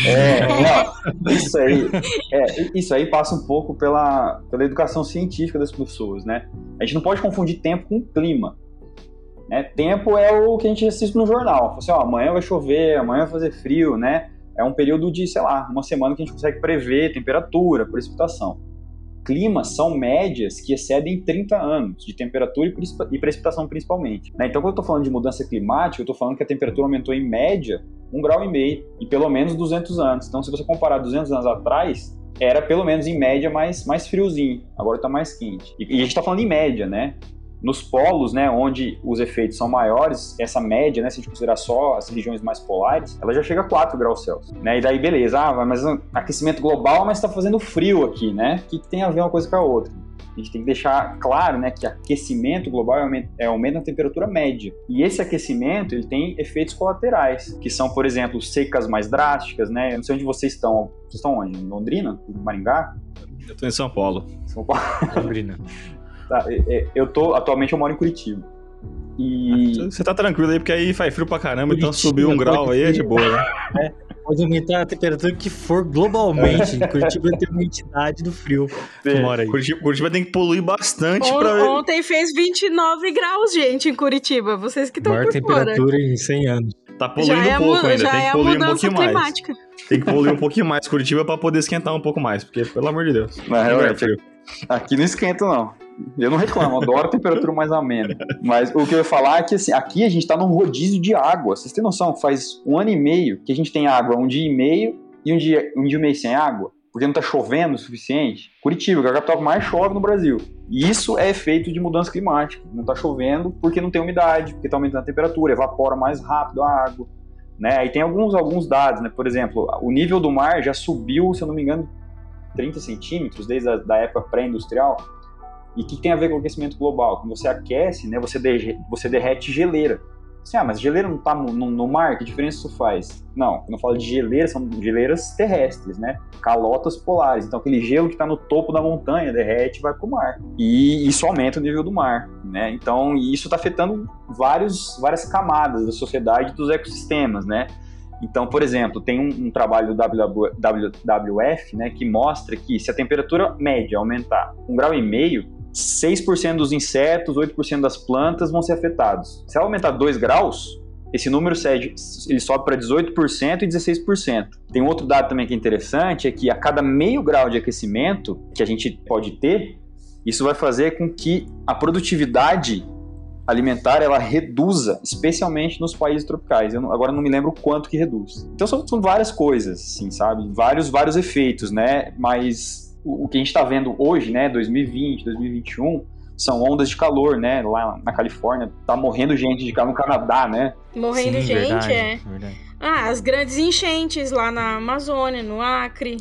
Isso aí passa um pouco pela educação científica das pessoas, né? A gente não pode confundir tempo com clima. Né? Tempo é o que a gente assiste no jornal. Assim, amanhã vai chover, amanhã vai fazer frio, né? É um período de, sei lá, uma semana que a gente consegue prever temperatura, precipitação. Climas são médias que excedem 30 anos de temperatura e precipitação principalmente. Né? Então, quando eu estou falando de mudança climática, eu estou falando que a temperatura aumentou em média 1,5 graus e pelo menos 200 anos. Então, se você comparar 200 anos atrás, era pelo menos em média mais friozinho. Agora está mais quente. E a gente está falando em média, né? Nos polos, né, onde os efeitos são maiores, essa média, né, se a gente considerar só as regiões mais polares, ela já chega a 4 graus Celsius. Né? E daí, beleza, mas aquecimento global, mas está fazendo frio aqui, né? O que tem a ver uma coisa com a outra? A gente tem que deixar claro, né, que aquecimento global aumenta a temperatura média. E esse aquecimento, ele tem efeitos colaterais, que são, por exemplo, secas mais drásticas, né? Eu não sei onde vocês estão. Vocês estão onde? Em Londrina? Em Maringá? Eu estou em São Paulo. São Paulo. Londrina. Tá, atualmente eu moro em Curitiba. E... Você tá tranquilo aí, porque aí faz frio pra caramba, Curitiba, então subir 1 grau aí é de boa, né? Pode aumentar a temperatura que for globalmente. Curitiba tem uma entidade do frio que mora aí. Curitiba tem que poluir bastante pra... Ontem fez 29 graus, gente, em Curitiba. Vocês que estão por fora. Maior temperatura em 100 anos. Tá poluindo um pouco ainda, tem que poluir um pouquinho climática. mais. Tem que poluir um pouquinho mais Curitiba pra poder esquentar um pouco mais, porque, pelo amor de Deus. Mas realmente, aqui não esquenta, não. Eu não reclamo, adoro a temperatura mais amena. Mas o que eu ia falar é que assim, aqui a gente tá num rodízio de água. Vocês têm noção? Faz 1 ano e meio que a gente tem água 1 dia e meio e um dia e meio sem água, porque não tá chovendo o suficiente. Curitiba, que é a capital que mais chove no Brasil. E isso é efeito de mudança climática. Não tá chovendo porque não tem umidade, porque tá aumentando a temperatura, evapora mais rápido a água. Né? Aí tem alguns dados, né? Por exemplo, o nível do mar já subiu, se eu não me engano, 30 centímetros desde a época pré-industrial. E o que tem a ver com o aquecimento global? Quando você aquece, né, você derrete geleira. Assim, mas geleira não está no mar? Que diferença isso faz? Não, quando eu falo de geleira, são geleiras terrestres, né? Calotas polares. Então, aquele gelo que está no topo da montanha derrete e vai para o mar. E isso aumenta o nível do mar, né? Então, isso está afetando várias camadas da sociedade e dos ecossistemas, né? Então, por exemplo, tem um trabalho do WWF, né, que mostra que se a temperatura média aumentar 1,5 graus, 6% dos insetos, 8% das plantas vão ser afetados. Se ela aumentar 2 graus, esse número ele sobe para 18% e 16%. Tem um outro dado também que é interessante, é que a cada meio grau de aquecimento que a gente pode ter, isso vai fazer com que a produtividade alimentar ela reduza, especialmente nos países tropicais. Eu agora não me lembro o quanto que reduz. Então são várias coisas, assim, sabe? Vários efeitos, né? Mas o que a gente está vendo hoje, né? 2020, 2021, são ondas de calor, né? Lá na Califórnia, tá morrendo gente de calor no Canadá, né? Morrendo gente, verdade. As grandes enchentes lá na Amazônia, no Acre,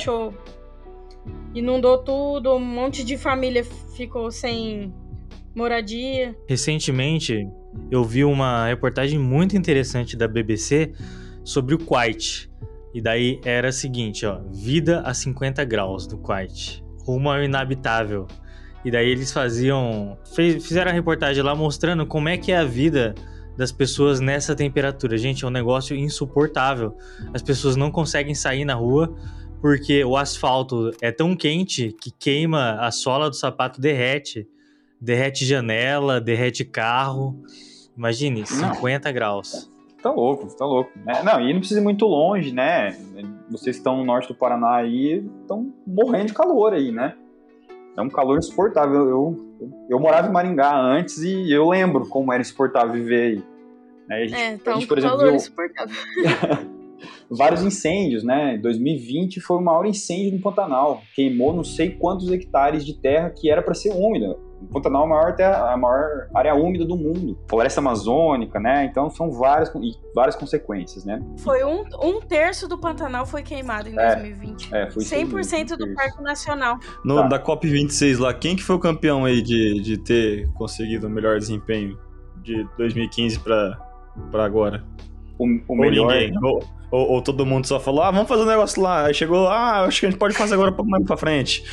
inundou tudo, um monte de família ficou sem moradia. Recentemente, eu vi uma reportagem muito interessante da BBC sobre o Kuwait. E daí era o seguinte, ó, vida a 50 graus no Kuwait, rumo ao inabitável. E daí eles fizeram a reportagem lá mostrando como é que é a vida das pessoas nessa temperatura. Gente, é um negócio insuportável. As pessoas não conseguem sair na rua porque o asfalto é tão quente que queima, a sola do sapato derrete derrete janela, derrete carro. Imagine, 50 graus. Tá louco. Não, e não precisa ir muito longe, né? Vocês que estão no norte do Paraná aí, estão morrendo de calor aí, né? É um calor insuportável. Eu morava em Maringá antes e eu lembro como era insuportável viver aí. A gente, por exemplo, calor viu insuportável. vários incêndios, né? 2020 foi o maior incêndio no Pantanal. Queimou não sei quantos hectares de terra que era para ser úmida. O Pantanal é a maior área úmida do mundo. Floresta amazônica, né? Então são várias consequências, né? Foi um terço do Pantanal foi queimado em 2020. Foi 100% do Parque Nacional. Da COP26 lá, quem que foi o campeão aí de ter conseguido o melhor desempenho de 2015 pra agora? O melhor... Ninguém. Ou todo mundo só falou, vamos fazer um negócio lá. Aí chegou, acho que a gente pode fazer agora mais pra frente.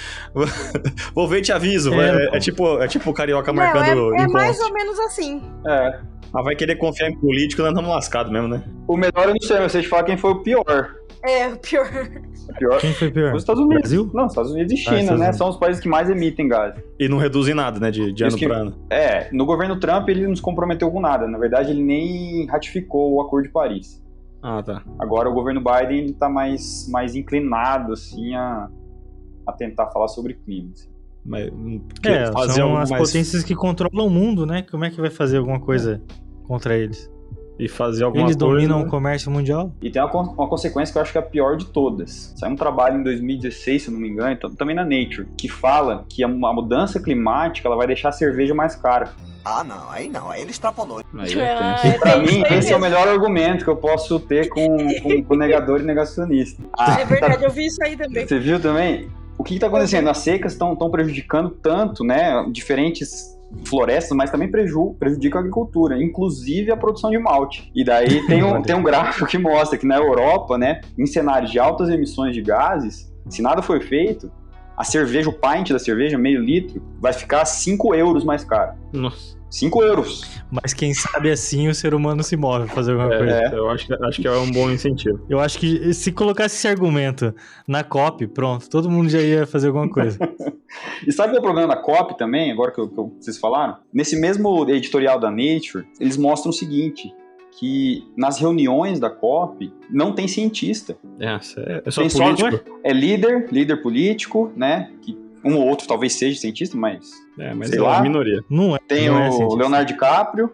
Vou ver e te aviso. É tipo o carioca marcando É mais ou menos assim. Vai querer confiar em político, nós estamos lascados mesmo, né? O melhor eu não sei, mas vocês falam quem foi o pior. O pior. Quem foi pior? Os Estados Unidos. Brasil? Não, Estados Unidos e China, né? São os países que mais emitem gás. E não reduzem nada, né? De ano pra ano. No governo Trump ele não se comprometeu com nada. Na verdade, ele nem ratificou o Acordo de Paris. Tá. Agora o governo Biden ele tá mais inclinado, assim, a tentar falar sobre clima. Assim. Mas, são as potências que controlam o mundo, né? Como é que vai fazer alguma coisa contra eles? E fazer alguma coisa... Eles dominam o comércio mundial? E tem uma consequência que eu acho que é a pior de todas. Saiu um trabalho em 2016, se eu não me engano, também na Nature, que fala que a mudança climática ela vai deixar a cerveja mais cara. Aí ele extrapolou. Pra mim, esse é o melhor argumento que eu posso ter com negador e negacionista. É verdade, eu vi isso aí também. Você viu também? O que tá acontecendo? As secas estão prejudicando tanto, né? Diferentes florestas, mas também prejudicam a agricultura, inclusive a produção de malte. E daí tem um gráfico que mostra que na Europa, né, em cenários de altas emissões de gases, se nada for feito, a cerveja, o pint da cerveja, meio litro, vai ficar 5 euros mais caro. Nossa. 5 euros. Mas quem sabe assim o ser humano se move pra fazer alguma coisa. Eu acho que é um bom incentivo. Eu acho que se colocasse esse argumento na COP, pronto, todo mundo já ia fazer alguma coisa. E sabe o problema da COP também, agora que vocês falaram? Nesse mesmo editorial da Nature, eles mostram o seguinte, que nas reuniões da COP não tem cientista. É só político. É líder político, né? Que um ou outro talvez seja cientista, mas sei lá, a minoria. Não é. Tem não o Leonardo DiCaprio.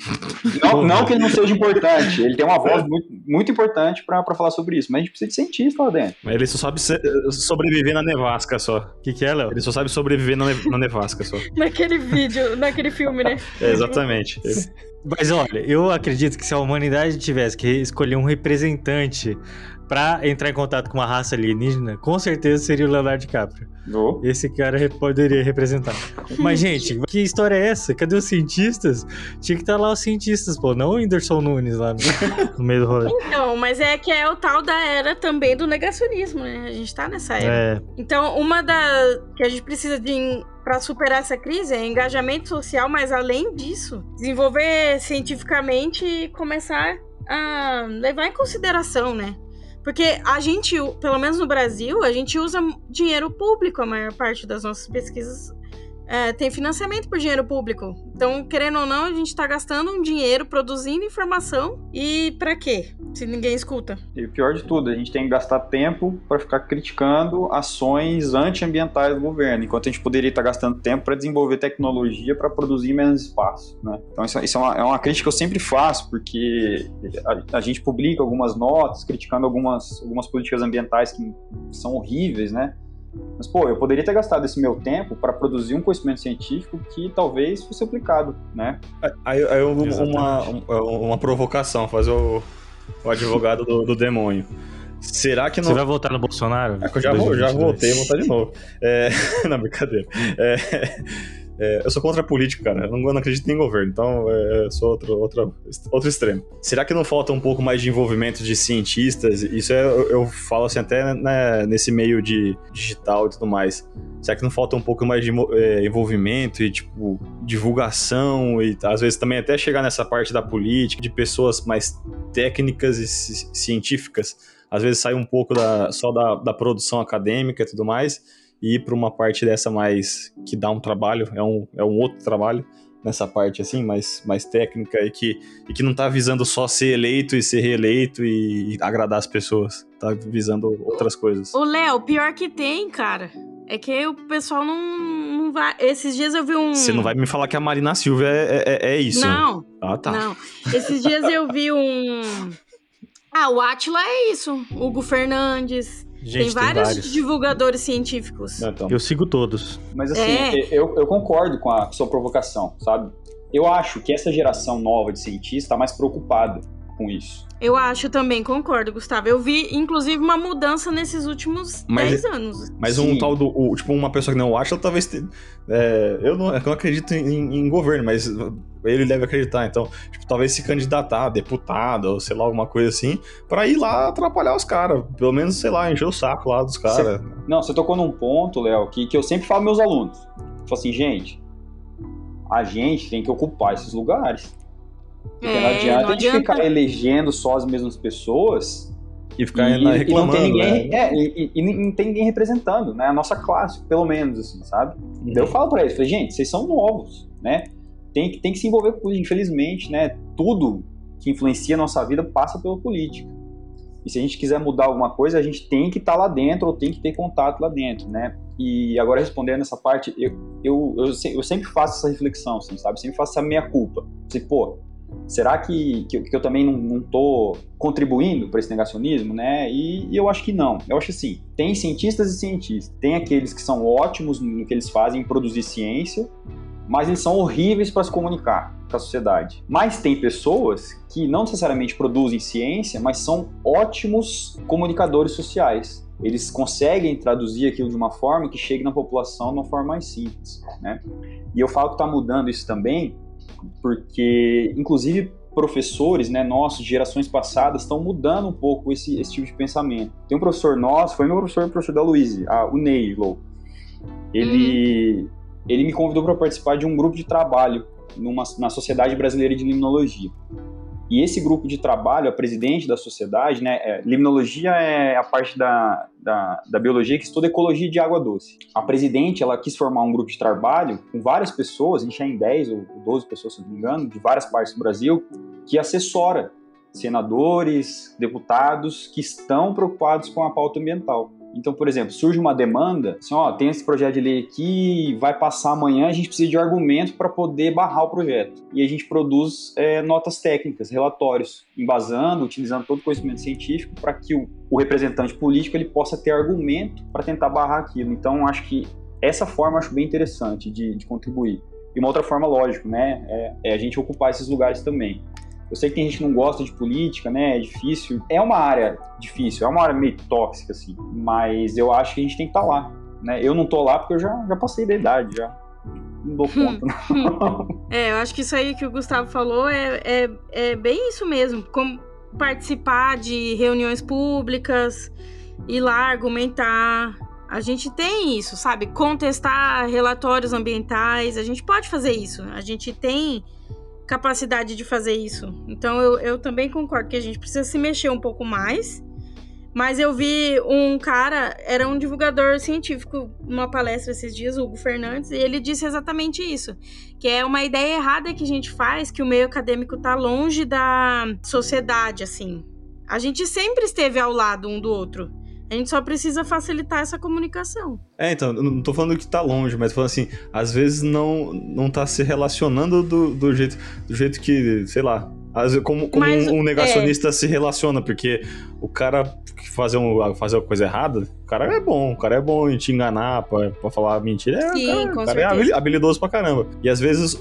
Não que ele não seja importante, ele tem uma voz muito, muito importante pra falar sobre isso, mas a gente precisa de cientista lá dentro. Mas ele só sabe sobreviver na nevasca só. O que é, Léo? Ele só sabe sobreviver na nevasca só. naquele filme, né? Exatamente. Mas olha, eu acredito que se a humanidade tivesse que escolher um representante pra entrar em contato com uma raça alienígena, com certeza seria o Leonardo DiCaprio. Esse cara poderia representar. Mas, gente, que história é essa? Cadê os cientistas? Tinha que estar lá os cientistas, não o Whindersson Nunes lá no meio do rolê. Então, mas é o tal da era também do negacionismo, né? A gente tá nessa era. Então, que a gente precisa para superar essa crise é engajamento social, mas além disso, desenvolver cientificamente e começar a levar em consideração, né? Porque a gente, pelo menos no Brasil, a gente usa dinheiro público, a maior parte das nossas pesquisas tem financiamento por dinheiro público. Então, querendo ou não, a gente tá gastando um dinheiro produzindo informação e pra quê? Se ninguém escuta. E o pior de tudo, a gente tem que gastar tempo pra ficar criticando ações antiambientais do governo, enquanto a gente poderia estar gastando tempo pra desenvolver tecnologia pra produzir menos espaço, né? Então isso é uma crítica que eu sempre faço, porque a gente publica algumas notas criticando algumas políticas ambientais que são horríveis, né? Mas, eu poderia ter gastado esse meu tempo para produzir um conhecimento científico que talvez fosse aplicado, né? Aí uma provocação, fazer o advogado do demônio. Será que não... Você vai votar no Bolsonaro? É que eu já votei, vou votar de novo. Não, brincadeira. Eu sou contra a política, cara. Eu não acredito em governo, então eu sou outro extremo. Será que não falta um pouco mais de envolvimento de cientistas? Isso eu falo assim até nesse meio de digital e tudo mais. Será que não falta um pouco mais de envolvimento e, divulgação e às vezes também até chegar nessa parte da política, de pessoas mais técnicas e científicas? Às vezes sai um pouco só da produção acadêmica e tudo mais e ir para uma parte dessa mais que dá um trabalho, é um outro trabalho nessa parte assim, mais técnica e que não tá visando só ser eleito e ser reeleito e agradar as pessoas, tá visando outras coisas. Ô, Léo, pior que tem, cara, é que o pessoal não vai... Esses dias eu vi um... Você não vai me falar que a Marina Silva é isso? Não, Ah, tá. não. Esses dias eu vi um... o Átila é isso, Hugo Fernandes... Gente, tem vários divulgadores científicos. Não, então. Eu sigo todos. Mas assim, eu concordo com a sua provocação, sabe? Eu acho que essa geração nova de cientistas está mais preocupada com isso. Eu acho também, concordo, Gustavo. Eu vi, inclusive, uma mudança nesses últimos 10 anos. Mas Sim. um tal do... tipo, uma pessoa que não acha, talvez... eu não acredito em governo, mas ele deve acreditar. Então, tipo, talvez se candidatar a deputado, ou sei lá, alguma coisa assim, pra ir lá atrapalhar os caras. Pelo menos, sei lá, encher o saco lá dos caras. Você tocou num ponto, Léo, que eu sempre falo aos meus alunos. Eu falo assim, gente, a gente tem que ocupar esses lugares. Porque não adianta a gente ficar elegendo só as mesmas pessoas e ficar reclamando, não tem ninguém, e não tem ninguém representando, né? A nossa classe, pelo menos, assim, sabe? Daí eu falo pra eles, falei, gente, vocês são novos, né? Tem que se envolver com política, infelizmente, né? Tudo que influencia a nossa vida passa pela política. E se a gente quiser mudar alguma coisa, a gente tem que estar lá dentro ou tem que ter contato lá dentro, né? E agora, respondendo essa parte, eu sempre faço essa reflexão, assim, sabe? Sempre faço essa meia-culpa. Assim, pô, será que eu também não tô contribuindo para esse negacionismo, né? E eu acho que não. Eu acho assim, tem cientistas e cientistas. Tem aqueles que são ótimos no que eles fazem, em produzir ciência, mas eles são horríveis para se comunicar com a sociedade. Mas tem pessoas que não necessariamente produzem ciência, mas são ótimos comunicadores sociais. Eles conseguem traduzir aquilo de uma forma que chegue na população de uma forma mais simples, né? E eu falo que está mudando isso também, porque, inclusive, professores, né, nossos, de gerações passadas, estão mudando um pouco esse tipo de pensamento. Tem um professor nosso, foi meu professor, o professor da Luíse, o Ney Low. Ele me convidou para participar de um grupo de trabalho na Sociedade Brasileira de Limnologia. E esse grupo de trabalho, a presidente da sociedade, né, limnologia é a parte da biologia que estuda ecologia de água doce. A presidente, ela quis formar um grupo de trabalho com várias pessoas, a gente é em 10 ou 12 pessoas, se não me engano, de várias partes do Brasil, que assessora senadores, deputados que estão preocupados com a pauta ambiental. Então, por exemplo, surge uma demanda, assim, tem esse projeto de lei aqui, vai passar amanhã, a gente precisa de argumento para poder barrar o projeto. E a gente produz notas técnicas, relatórios, embasando, utilizando todo o conhecimento científico para que o representante político ele possa ter argumento para tentar barrar aquilo. Então, acho que essa forma eu acho bem interessante de contribuir. E uma outra forma, lógico, né, é a gente ocupar esses lugares também. Eu sei que tem gente que não gosta de política, né? É difícil. É uma área difícil, é uma área meio tóxica, assim. Mas eu acho que a gente tem que estar lá, né? Eu não tô lá porque eu já passei da idade, já não dou conta. Eu acho que isso aí que o Gustavo falou é bem isso mesmo. Como participar de reuniões públicas, ir lá argumentar. A gente tem isso, sabe? Contestar relatórios ambientais. A gente pode fazer isso. A gente tem capacidade de fazer isso. Então eu também concordo que a gente precisa se mexer um pouco mais. Mas eu vi um cara, era um divulgador científico numa palestra esses dias, o Hugo Fernandes, e ele disse exatamente isso, que é uma ideia errada que a gente faz, que o meio acadêmico tá longe da sociedade, assim. A gente sempre esteve ao lado um do outro. A gente só precisa facilitar essa comunicação. Então, eu não tô falando que tá longe, mas falando assim, às vezes não tá se relacionando do jeito que, sei lá, às vezes como um negacionista se relaciona, porque o cara que fazer uma coisa errada, o cara é bom em te enganar pra falar mentira, Sim, o cara é habilidoso pra caramba. E às vezes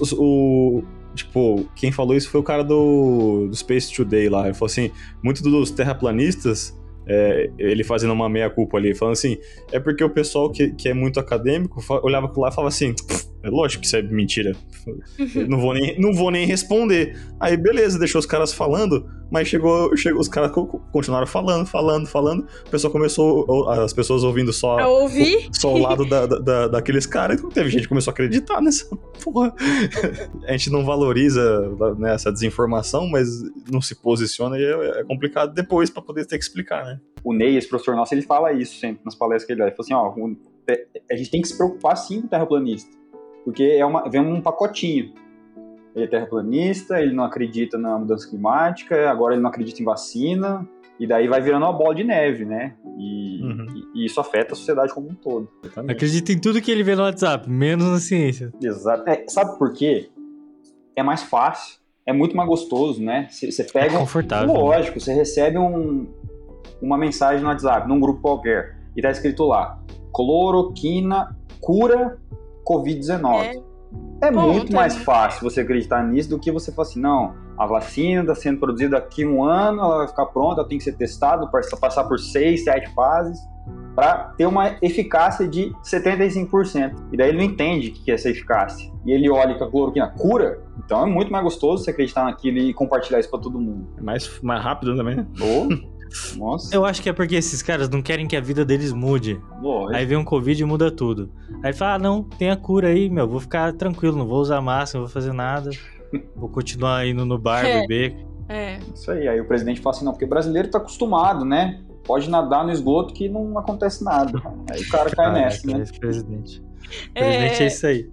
tipo, quem falou isso foi o cara do Space Today lá, ele falou assim, muitos dos terraplanistas, ele fazendo uma meia-culpa ali, falando assim, é porque o pessoal que é muito acadêmico olhava lá e falava assim, é lógico que isso é mentira, não vou nem responder. Aí beleza, deixou os caras falando, mas chegou os caras continuaram falando, o pessoal começou, as pessoas ouvindo só o lado daqueles caras, então teve gente que começou a acreditar nessa porra. A gente não valoriza, né, essa desinformação, mas não se posiciona e é complicado depois pra poder ter que explicar, né? O Ney, esse professor nosso, ele fala isso sempre nas palestras que ele dá. Ele fala assim, a gente tem que se preocupar sim com o terraplanista, porque vem um pacotinho. Ele é terraplanista, ele não acredita na mudança climática, agora ele não acredita em vacina, e daí vai virando uma bola de neve, né? E isso afeta a sociedade como um todo. Exatamente. Acredita em tudo que ele vê no WhatsApp, menos na ciência. Exato. Sabe por quê? É mais fácil, é muito mais gostoso, né? Você pega... É confortável. Lógico, você recebe uma mensagem no WhatsApp, num grupo qualquer, e tá escrito lá, cloroquina cura Covid-19. É muito mais fácil você acreditar nisso do que você falar assim, não, a vacina está sendo produzida daqui a 1 ano, ela vai ficar pronta, ela tem que ser testada, passar por 6, 7 fases, para ter uma eficácia de 75%. E daí ele não entende o que é essa eficácia. E ele olha que a cloroquina cura, então é muito mais gostoso você acreditar naquilo e compartilhar isso para todo mundo. É mais rápido também, né? Nossa. Eu acho que é porque esses caras não querem que a vida deles mude. Lógico. Aí vem um Covid e muda tudo. Aí ele fala, não, tem a cura aí, vou ficar tranquilo, não vou usar máscara, não vou fazer nada. Vou continuar indo no bar, beber. Isso aí o presidente fala assim, não, porque o brasileiro tá acostumado, né? Pode nadar no esgoto que não acontece nada. Aí o cara cai nessa, né? Esse presidente. Presidente é isso aí.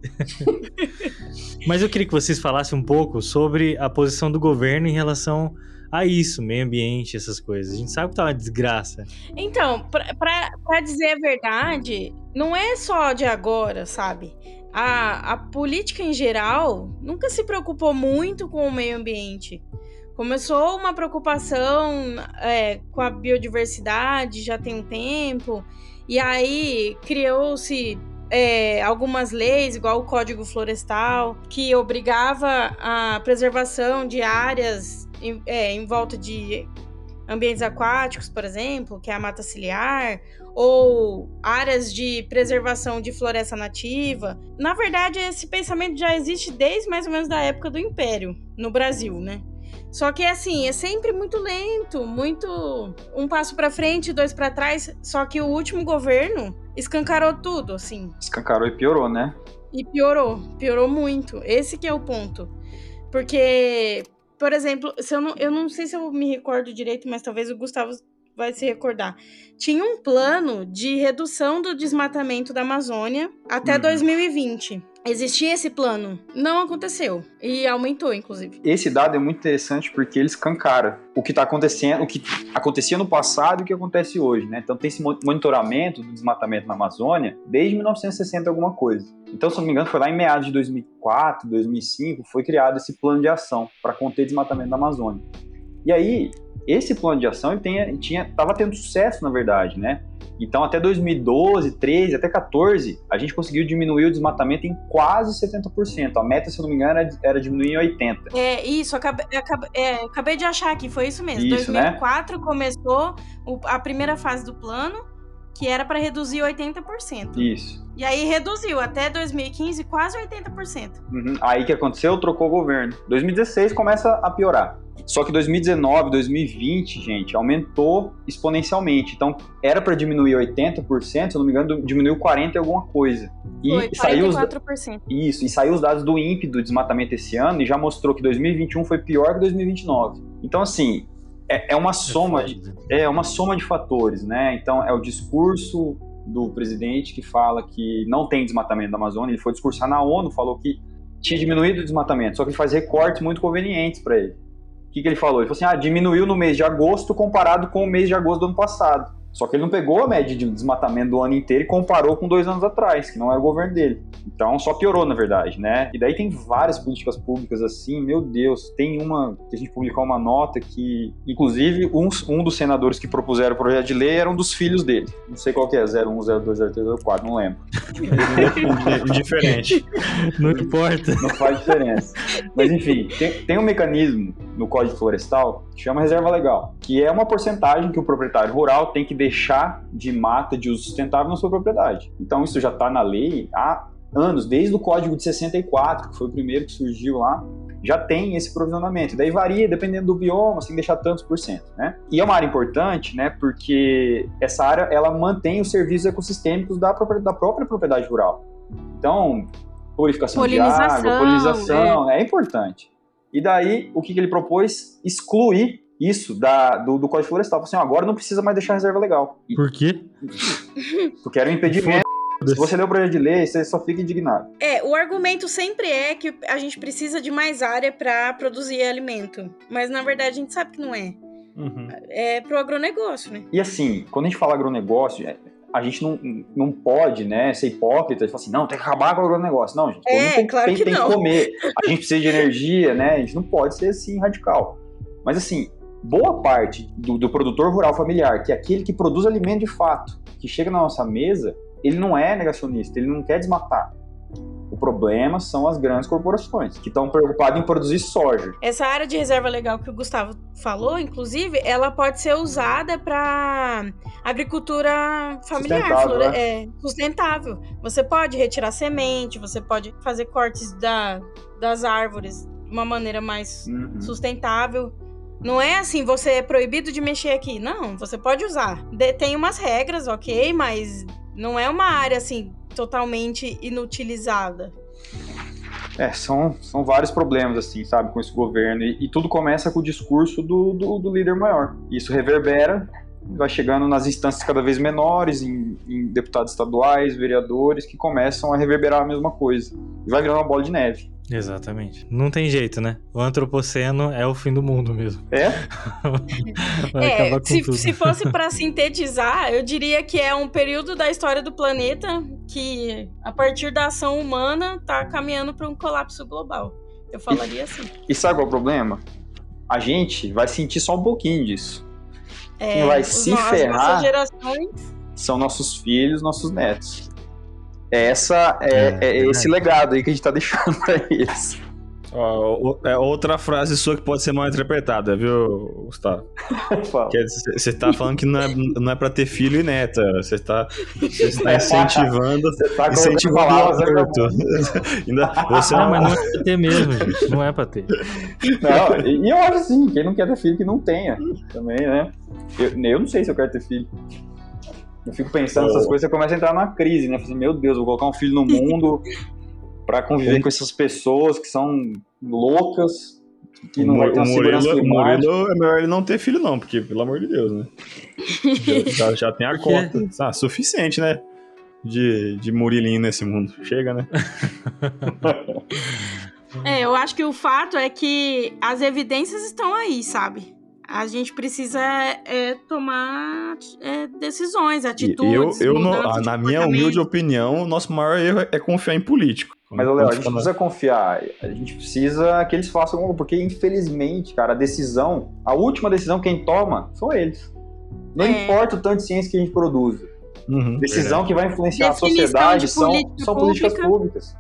Mas eu queria que vocês falassem um pouco sobre a posição do governo em relação a isso, meio ambiente, essas coisas. A gente sabe que tá uma desgraça. Então, pra dizer a verdade, não é só de agora, sabe? A política em geral nunca se preocupou muito com o meio ambiente. Começou uma preocupação com a biodiversidade já tem um tempo, e aí criou-se algumas leis, igual o Código Florestal, que obrigava a preservação de áreas em volta de ambientes aquáticos, por exemplo, que é a mata ciliar, ou áreas de preservação de floresta nativa. Na verdade, esse pensamento já existe desde mais ou menos da época do Império, no Brasil, né? Só que, assim, é sempre muito lento, muito um passo pra frente, 2 pra trás, só que o último governo escancarou tudo, assim. Escancarou e piorou, né? E piorou muito. Esse que é o ponto. Porque, por exemplo, eu não sei se eu me recordo direito, mas talvez o Gustavo vai se recordar. Tinha um plano de redução do desmatamento da Amazônia até 2020. Existia esse plano. Não aconteceu. E aumentou, inclusive. Esse dado é muito interessante porque ele escancara o que está acontecendo, o que acontecia no passado e o que acontece hoje, né? Então tem esse monitoramento do desmatamento na Amazônia desde 1960 alguma coisa. Então, se não me engano, foi lá em meados de 2004, 2005, foi criado esse plano de ação para conter desmatamento na Amazônia. E aí, esse plano de ação estava tendo sucesso, na verdade, né? Então, até 2012, 13, até 14, a gente conseguiu diminuir o desmatamento em quase 70%. A meta, se eu não me engano, era diminuir em 80%. Isso, acabei de achar aqui, foi isso mesmo. Isso, 2004, né? Começou a primeira fase do plano, que era para reduzir 80%. Isso. E aí reduziu até 2015 quase 80%. Aí o que aconteceu? Trocou o governo. 2016 começa a piorar. Só que 2019, 2020, gente, aumentou exponencialmente. Então, era para diminuir 80%, se eu não me engano, diminuiu 40% e alguma coisa. E foi, 44%. Isso, e saiu os dados do INPE do desmatamento esse ano e já mostrou que 2021 foi pior que 2029. Então, assim, é uma soma de fatores, né? Então, é o discurso do presidente que fala que não tem desmatamento da Amazônia. Ele foi discursar na ONU, falou que tinha diminuído o desmatamento, só que ele faz recortes muito convenientes para ele. O que ele falou? Ele falou assim, diminuiu no mês de agosto comparado com o mês de agosto do ano passado. Só que ele não pegou a média de desmatamento do ano inteiro e comparou com 2 anos atrás, que não era o governo dele. Então só piorou, na verdade, né? E daí tem várias políticas públicas assim, meu Deus. Tem uma que a gente publicou uma nota que, inclusive, um dos senadores que propuseram o projeto de lei era um dos filhos dele. Não sei qual que é, 01, 02, 03, 04, não lembro. Indiferente. Não importa. Não faz diferença. Mas enfim, tem um mecanismo no Código Florestal que chama reserva legal, que é uma porcentagem que o proprietário rural tem que deixar de mata de uso sustentável na sua propriedade. Então isso já está na lei há anos, desde o Código de 64, que foi o primeiro que surgiu lá, já tem esse provisionamento. Daí varia, dependendo do bioma, assim, deixar tantos por cento, né? E é uma área importante, né, porque essa área, ela mantém os serviços ecossistêmicos da própria propriedade rural. Então, purificação de água, polinização, é importante. E daí, o que ele propôs? Excluir isso do Código Florestal. Assim, agora não precisa mais deixar reserva legal. Por quê? Porque era um impedimento. Se você lê o projeto de lei, você só fica indignado. O argumento sempre é que a gente precisa de mais área para produzir alimento. Mas, na verdade, a gente sabe que não é. É pro agronegócio, né? E assim, quando a gente fala agronegócio, a gente não pode, né, ser hipócrita e falar assim, não, tem que acabar com o agronegócio. Não, gente, claro que tem não. que comer. A gente precisa de energia, né? A gente não pode ser assim radical. Mas assim, boa parte do produtor rural familiar, que é aquele que produz alimento de fato, que chega na nossa mesa, ele não é negacionista, ele não quer desmatar. O problema são as grandes corporações, que estão preocupadas em produzir soja. Essa área de reserva legal que o Gustavo falou, inclusive, ela pode ser usada para agricultura familiar, sustentável. Você pode retirar semente, você pode fazer cortes das árvores de uma maneira mais sustentável. Não é assim, você é proibido de mexer aqui. Não, você pode usar. Tem umas regras, ok, mas não é uma área assim totalmente inutilizada. São vários problemas, assim, sabe, com esse governo. E tudo começa com o discurso do líder maior. Isso reverbera, vai chegando nas instâncias cada vez menores, em deputados estaduais, vereadores, que começam a reverberar a mesma coisa. E vai virando uma bola de neve. Exatamente. Não tem jeito, né? O antropoceno é o fim do mundo mesmo. Vai acabar com tudo. Se fosse para sintetizar, eu diria que é um período da história do planeta que, a partir da ação humana, tá caminhando para um colapso global. Eu falaria assim. E sabe qual é o problema? A gente vai sentir só um pouquinho disso. Quem vai se ferrar são nossos filhos, nossos netos. Esse legado aí que a gente tá deixando pra eles. Outra frase sua que pode ser mal interpretada, viu, Gustavo? Você tá falando que não é pra ter filho e neta. Você tá incentivando o aborto. Mas não é pra ter mesmo, gente. Não é pra ter. Não, e eu acho assim, quem não quer ter filho, que não tenha. Também, né? Eu não sei se eu quero ter filho. Eu fico pensando nessas coisas, você começa a entrar numa crise, né? Assim, meu Deus, vou colocar um filho no mundo pra conviver com essas pessoas que são loucas, que não vai ter uma segurança climática. O Murilo é melhor ele não ter filho não, porque, pelo amor de Deus, né? já tem a cota. Suficiente, né? De Murilinho nesse mundo. Chega, né? Eu acho que o fato é que as evidências estão aí, sabe? A gente precisa tomar decisões, atitudes. Na minha humilde opinião, o nosso maior erro é confiar em político. Mas, Léo, a gente precisa confiar. A gente precisa que eles façam algo, porque, infelizmente, cara, a última decisão, quem toma são eles. Não importa o tanto de ciência que a gente produz. Decisão que vai influenciar a sociedade são políticas públicas.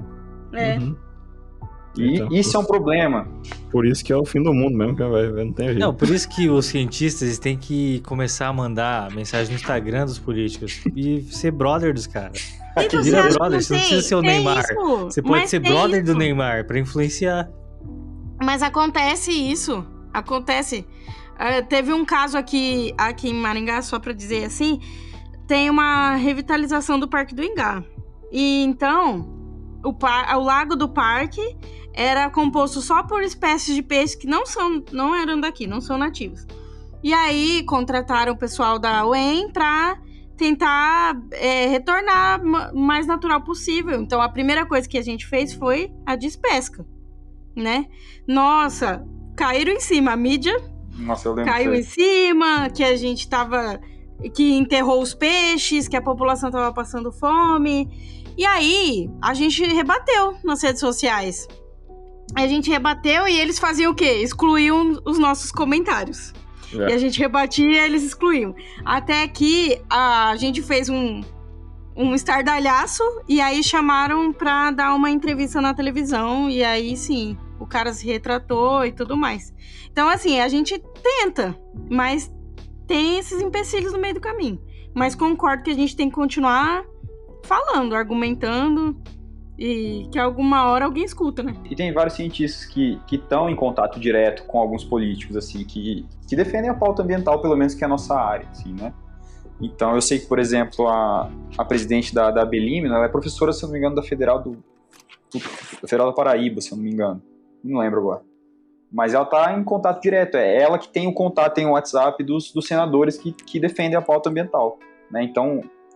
E isso é um problema. Por isso que é o fim do mundo mesmo, que não tem jeito. Não, por isso que os cientistas têm que começar a mandar mensagem no Instagram dos políticos e ser brother dos caras. Vira brother, você não precisa ser o Neymar. Você pode ser brother do Neymar pra influenciar. Mas acontece isso. Acontece. Teve um caso aqui em Maringá, só pra dizer assim, tem uma revitalização do Parque do Ingá. E então, o lago do parque era composto só por espécies de peixes que não eram daqui, não são nativos. E aí, contrataram o pessoal da UEM pra tentar retornar o mais natural possível. Então, a primeira coisa que a gente fez foi a despesca, né? Nossa, caíram em cima. A mídia caiu em cima, que a gente que enterrou os peixes, que a população tava passando fome. E aí, a gente rebateu nas redes sociais. A gente rebateu e eles faziam o quê? Excluíam os nossos comentários. E a gente rebatia e eles excluíam. Até que a gente fez um estardalhaço e aí chamaram pra dar uma entrevista na televisão. E aí, sim, o cara se retratou e tudo mais. Então, assim, a gente tenta, mas tem esses empecilhos no meio do caminho. Mas concordo que a gente tem que continuar falando, argumentando, e que alguma hora alguém escuta, né? E tem vários cientistas que estão em contato direto com alguns políticos, assim, que defendem a pauta ambiental, pelo menos que é a nossa área, assim, né? Então, eu sei que, por exemplo, a presidente da Belime, ela é professora, se eu não me engano, da Federal da Paraíba, se eu não me engano. Não lembro agora. Mas ela está em contato direto. É ela que tem o contato, tem o WhatsApp dos senadores que defendem a pauta ambiental, né? Então,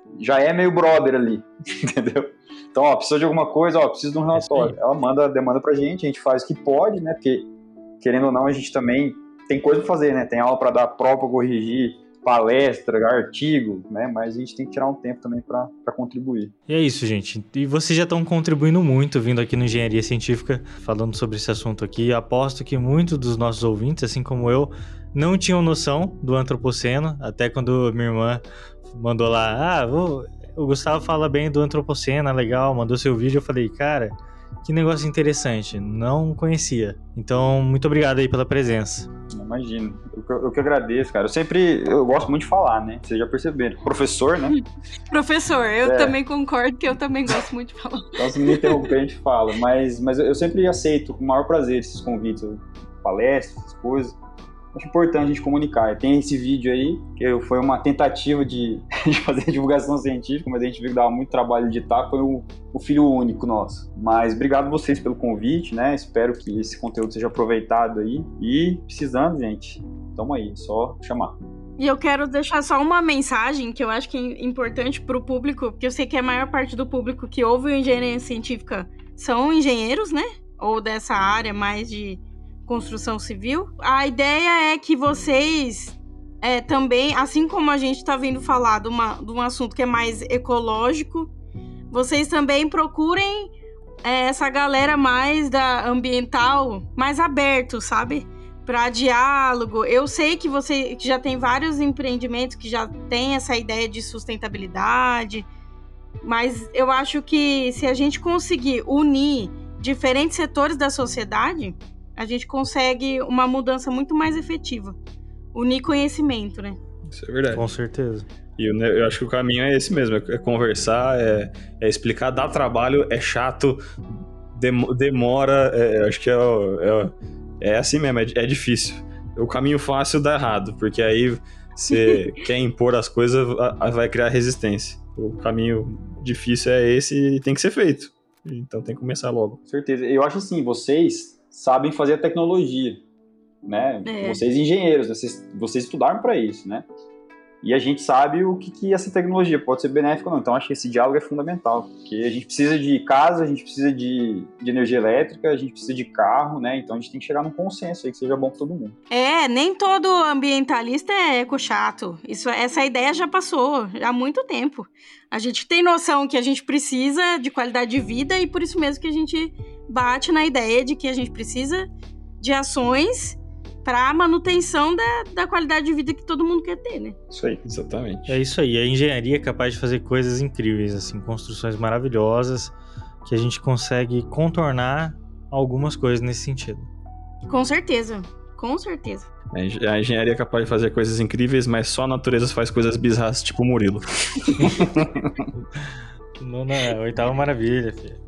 já é meio brother ali, entendeu? Então, precisa de alguma coisa, preciso de um relatório. Ela demanda pra gente, a gente faz o que pode, né? Porque, querendo ou não, a gente também tem coisa pra fazer, né? Tem aula pra dar, prova pra corrigir, palestra, artigo, né? Mas a gente tem que tirar um tempo também pra contribuir. E é isso, gente. E vocês já estão contribuindo muito vindo aqui no Engenharia Científica, falando sobre esse assunto aqui. Aposto que muitos dos nossos ouvintes, assim como eu, não tinham noção do antropoceno, até quando minha irmã mandou lá, o Gustavo fala bem do antropoceno, é legal, mandou seu vídeo, eu falei, cara, que negócio interessante, não conhecia. Então, muito obrigado aí pela presença. Imagino, eu que agradeço, cara. Eu gosto muito de falar, né? Vocês já perceberam. Professor, né? Professor, eu também concordo que eu também gosto muito de falar. Então, se me interromper, a gente fala. Mas eu sempre aceito com o maior prazer esses convites, palestras, essas coisas. Acho importante a gente comunicar. Tem esse vídeo aí, que foi uma tentativa de fazer divulgação científica, mas a gente viu que dava muito trabalho de editar, foi o filho único nosso. Mas obrigado vocês pelo convite, né? Espero que esse conteúdo seja aproveitado aí. E precisando, gente, tamo aí, só chamar. E eu quero deixar só uma mensagem que eu acho que é importante pro público, porque eu sei que a maior parte do público que ouve o Engenharia Científica são engenheiros, né? Ou dessa área mais de construção civil. A ideia é que vocês também, assim como a gente está vindo falar de um assunto que é mais ecológico, vocês também procurem essa galera mais da ambiental, mais aberto, sabe? Para diálogo. Eu sei que você já tem vários empreendimentos que já tem essa ideia de sustentabilidade, mas eu acho que se a gente conseguir unir diferentes setores da sociedade, a gente consegue uma mudança muito mais efetiva. Unir conhecimento, né? Isso é verdade. Com certeza. E eu acho que o caminho é esse mesmo, é conversar, é explicar, dá trabalho, é chato, demora, acho que é assim mesmo, é difícil. O caminho fácil dá errado, porque aí você quer impor as coisas, vai criar resistência. O caminho difícil é esse e tem que ser feito. Então tem que começar logo. Com certeza. Eu acho assim, vocês sabem fazer a tecnologia, né? Vocês engenheiros, vocês estudaram para isso, né? E a gente sabe o que essa tecnologia pode ser benéfica ou não. Então acho que esse diálogo é fundamental, porque a gente precisa de casa, a gente precisa de energia elétrica, a gente precisa de carro, né? Então a gente tem que chegar num consenso aí que seja bom para todo mundo. Nem todo ambientalista é eco-chato. Essa ideia já passou há muito tempo. A gente tem noção que a gente precisa de qualidade de vida e por isso mesmo que a gente bate na ideia de que a gente precisa de ações para a manutenção da qualidade de vida que todo mundo quer ter, né? Isso aí, exatamente. É isso aí, a engenharia é capaz de fazer coisas incríveis, assim, construções maravilhosas, que a gente consegue contornar algumas coisas nesse sentido. Com certeza, com certeza. A engenharia é capaz de fazer coisas incríveis, mas só a natureza faz coisas bizarras, tipo o Murilo. Nona, oitava maravilha, filho.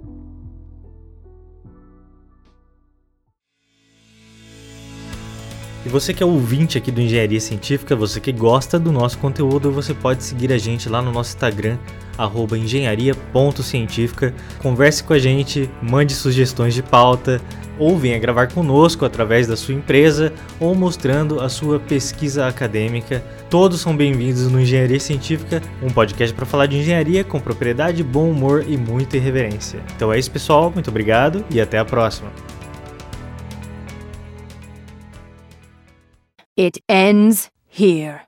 E você que é ouvinte aqui do Engenharia Científica, você que gosta do nosso conteúdo, você pode seguir a gente lá no nosso Instagram, @engenharia.científica. Converse com a gente, mande sugestões de pauta, ou venha gravar conosco através da sua empresa, ou mostrando a sua pesquisa acadêmica. Todos são bem-vindos no Engenharia Científica, um podcast para falar de engenharia com propriedade, bom humor e muita irreverência. Então é isso, pessoal, muito obrigado e até a próxima. It ends here.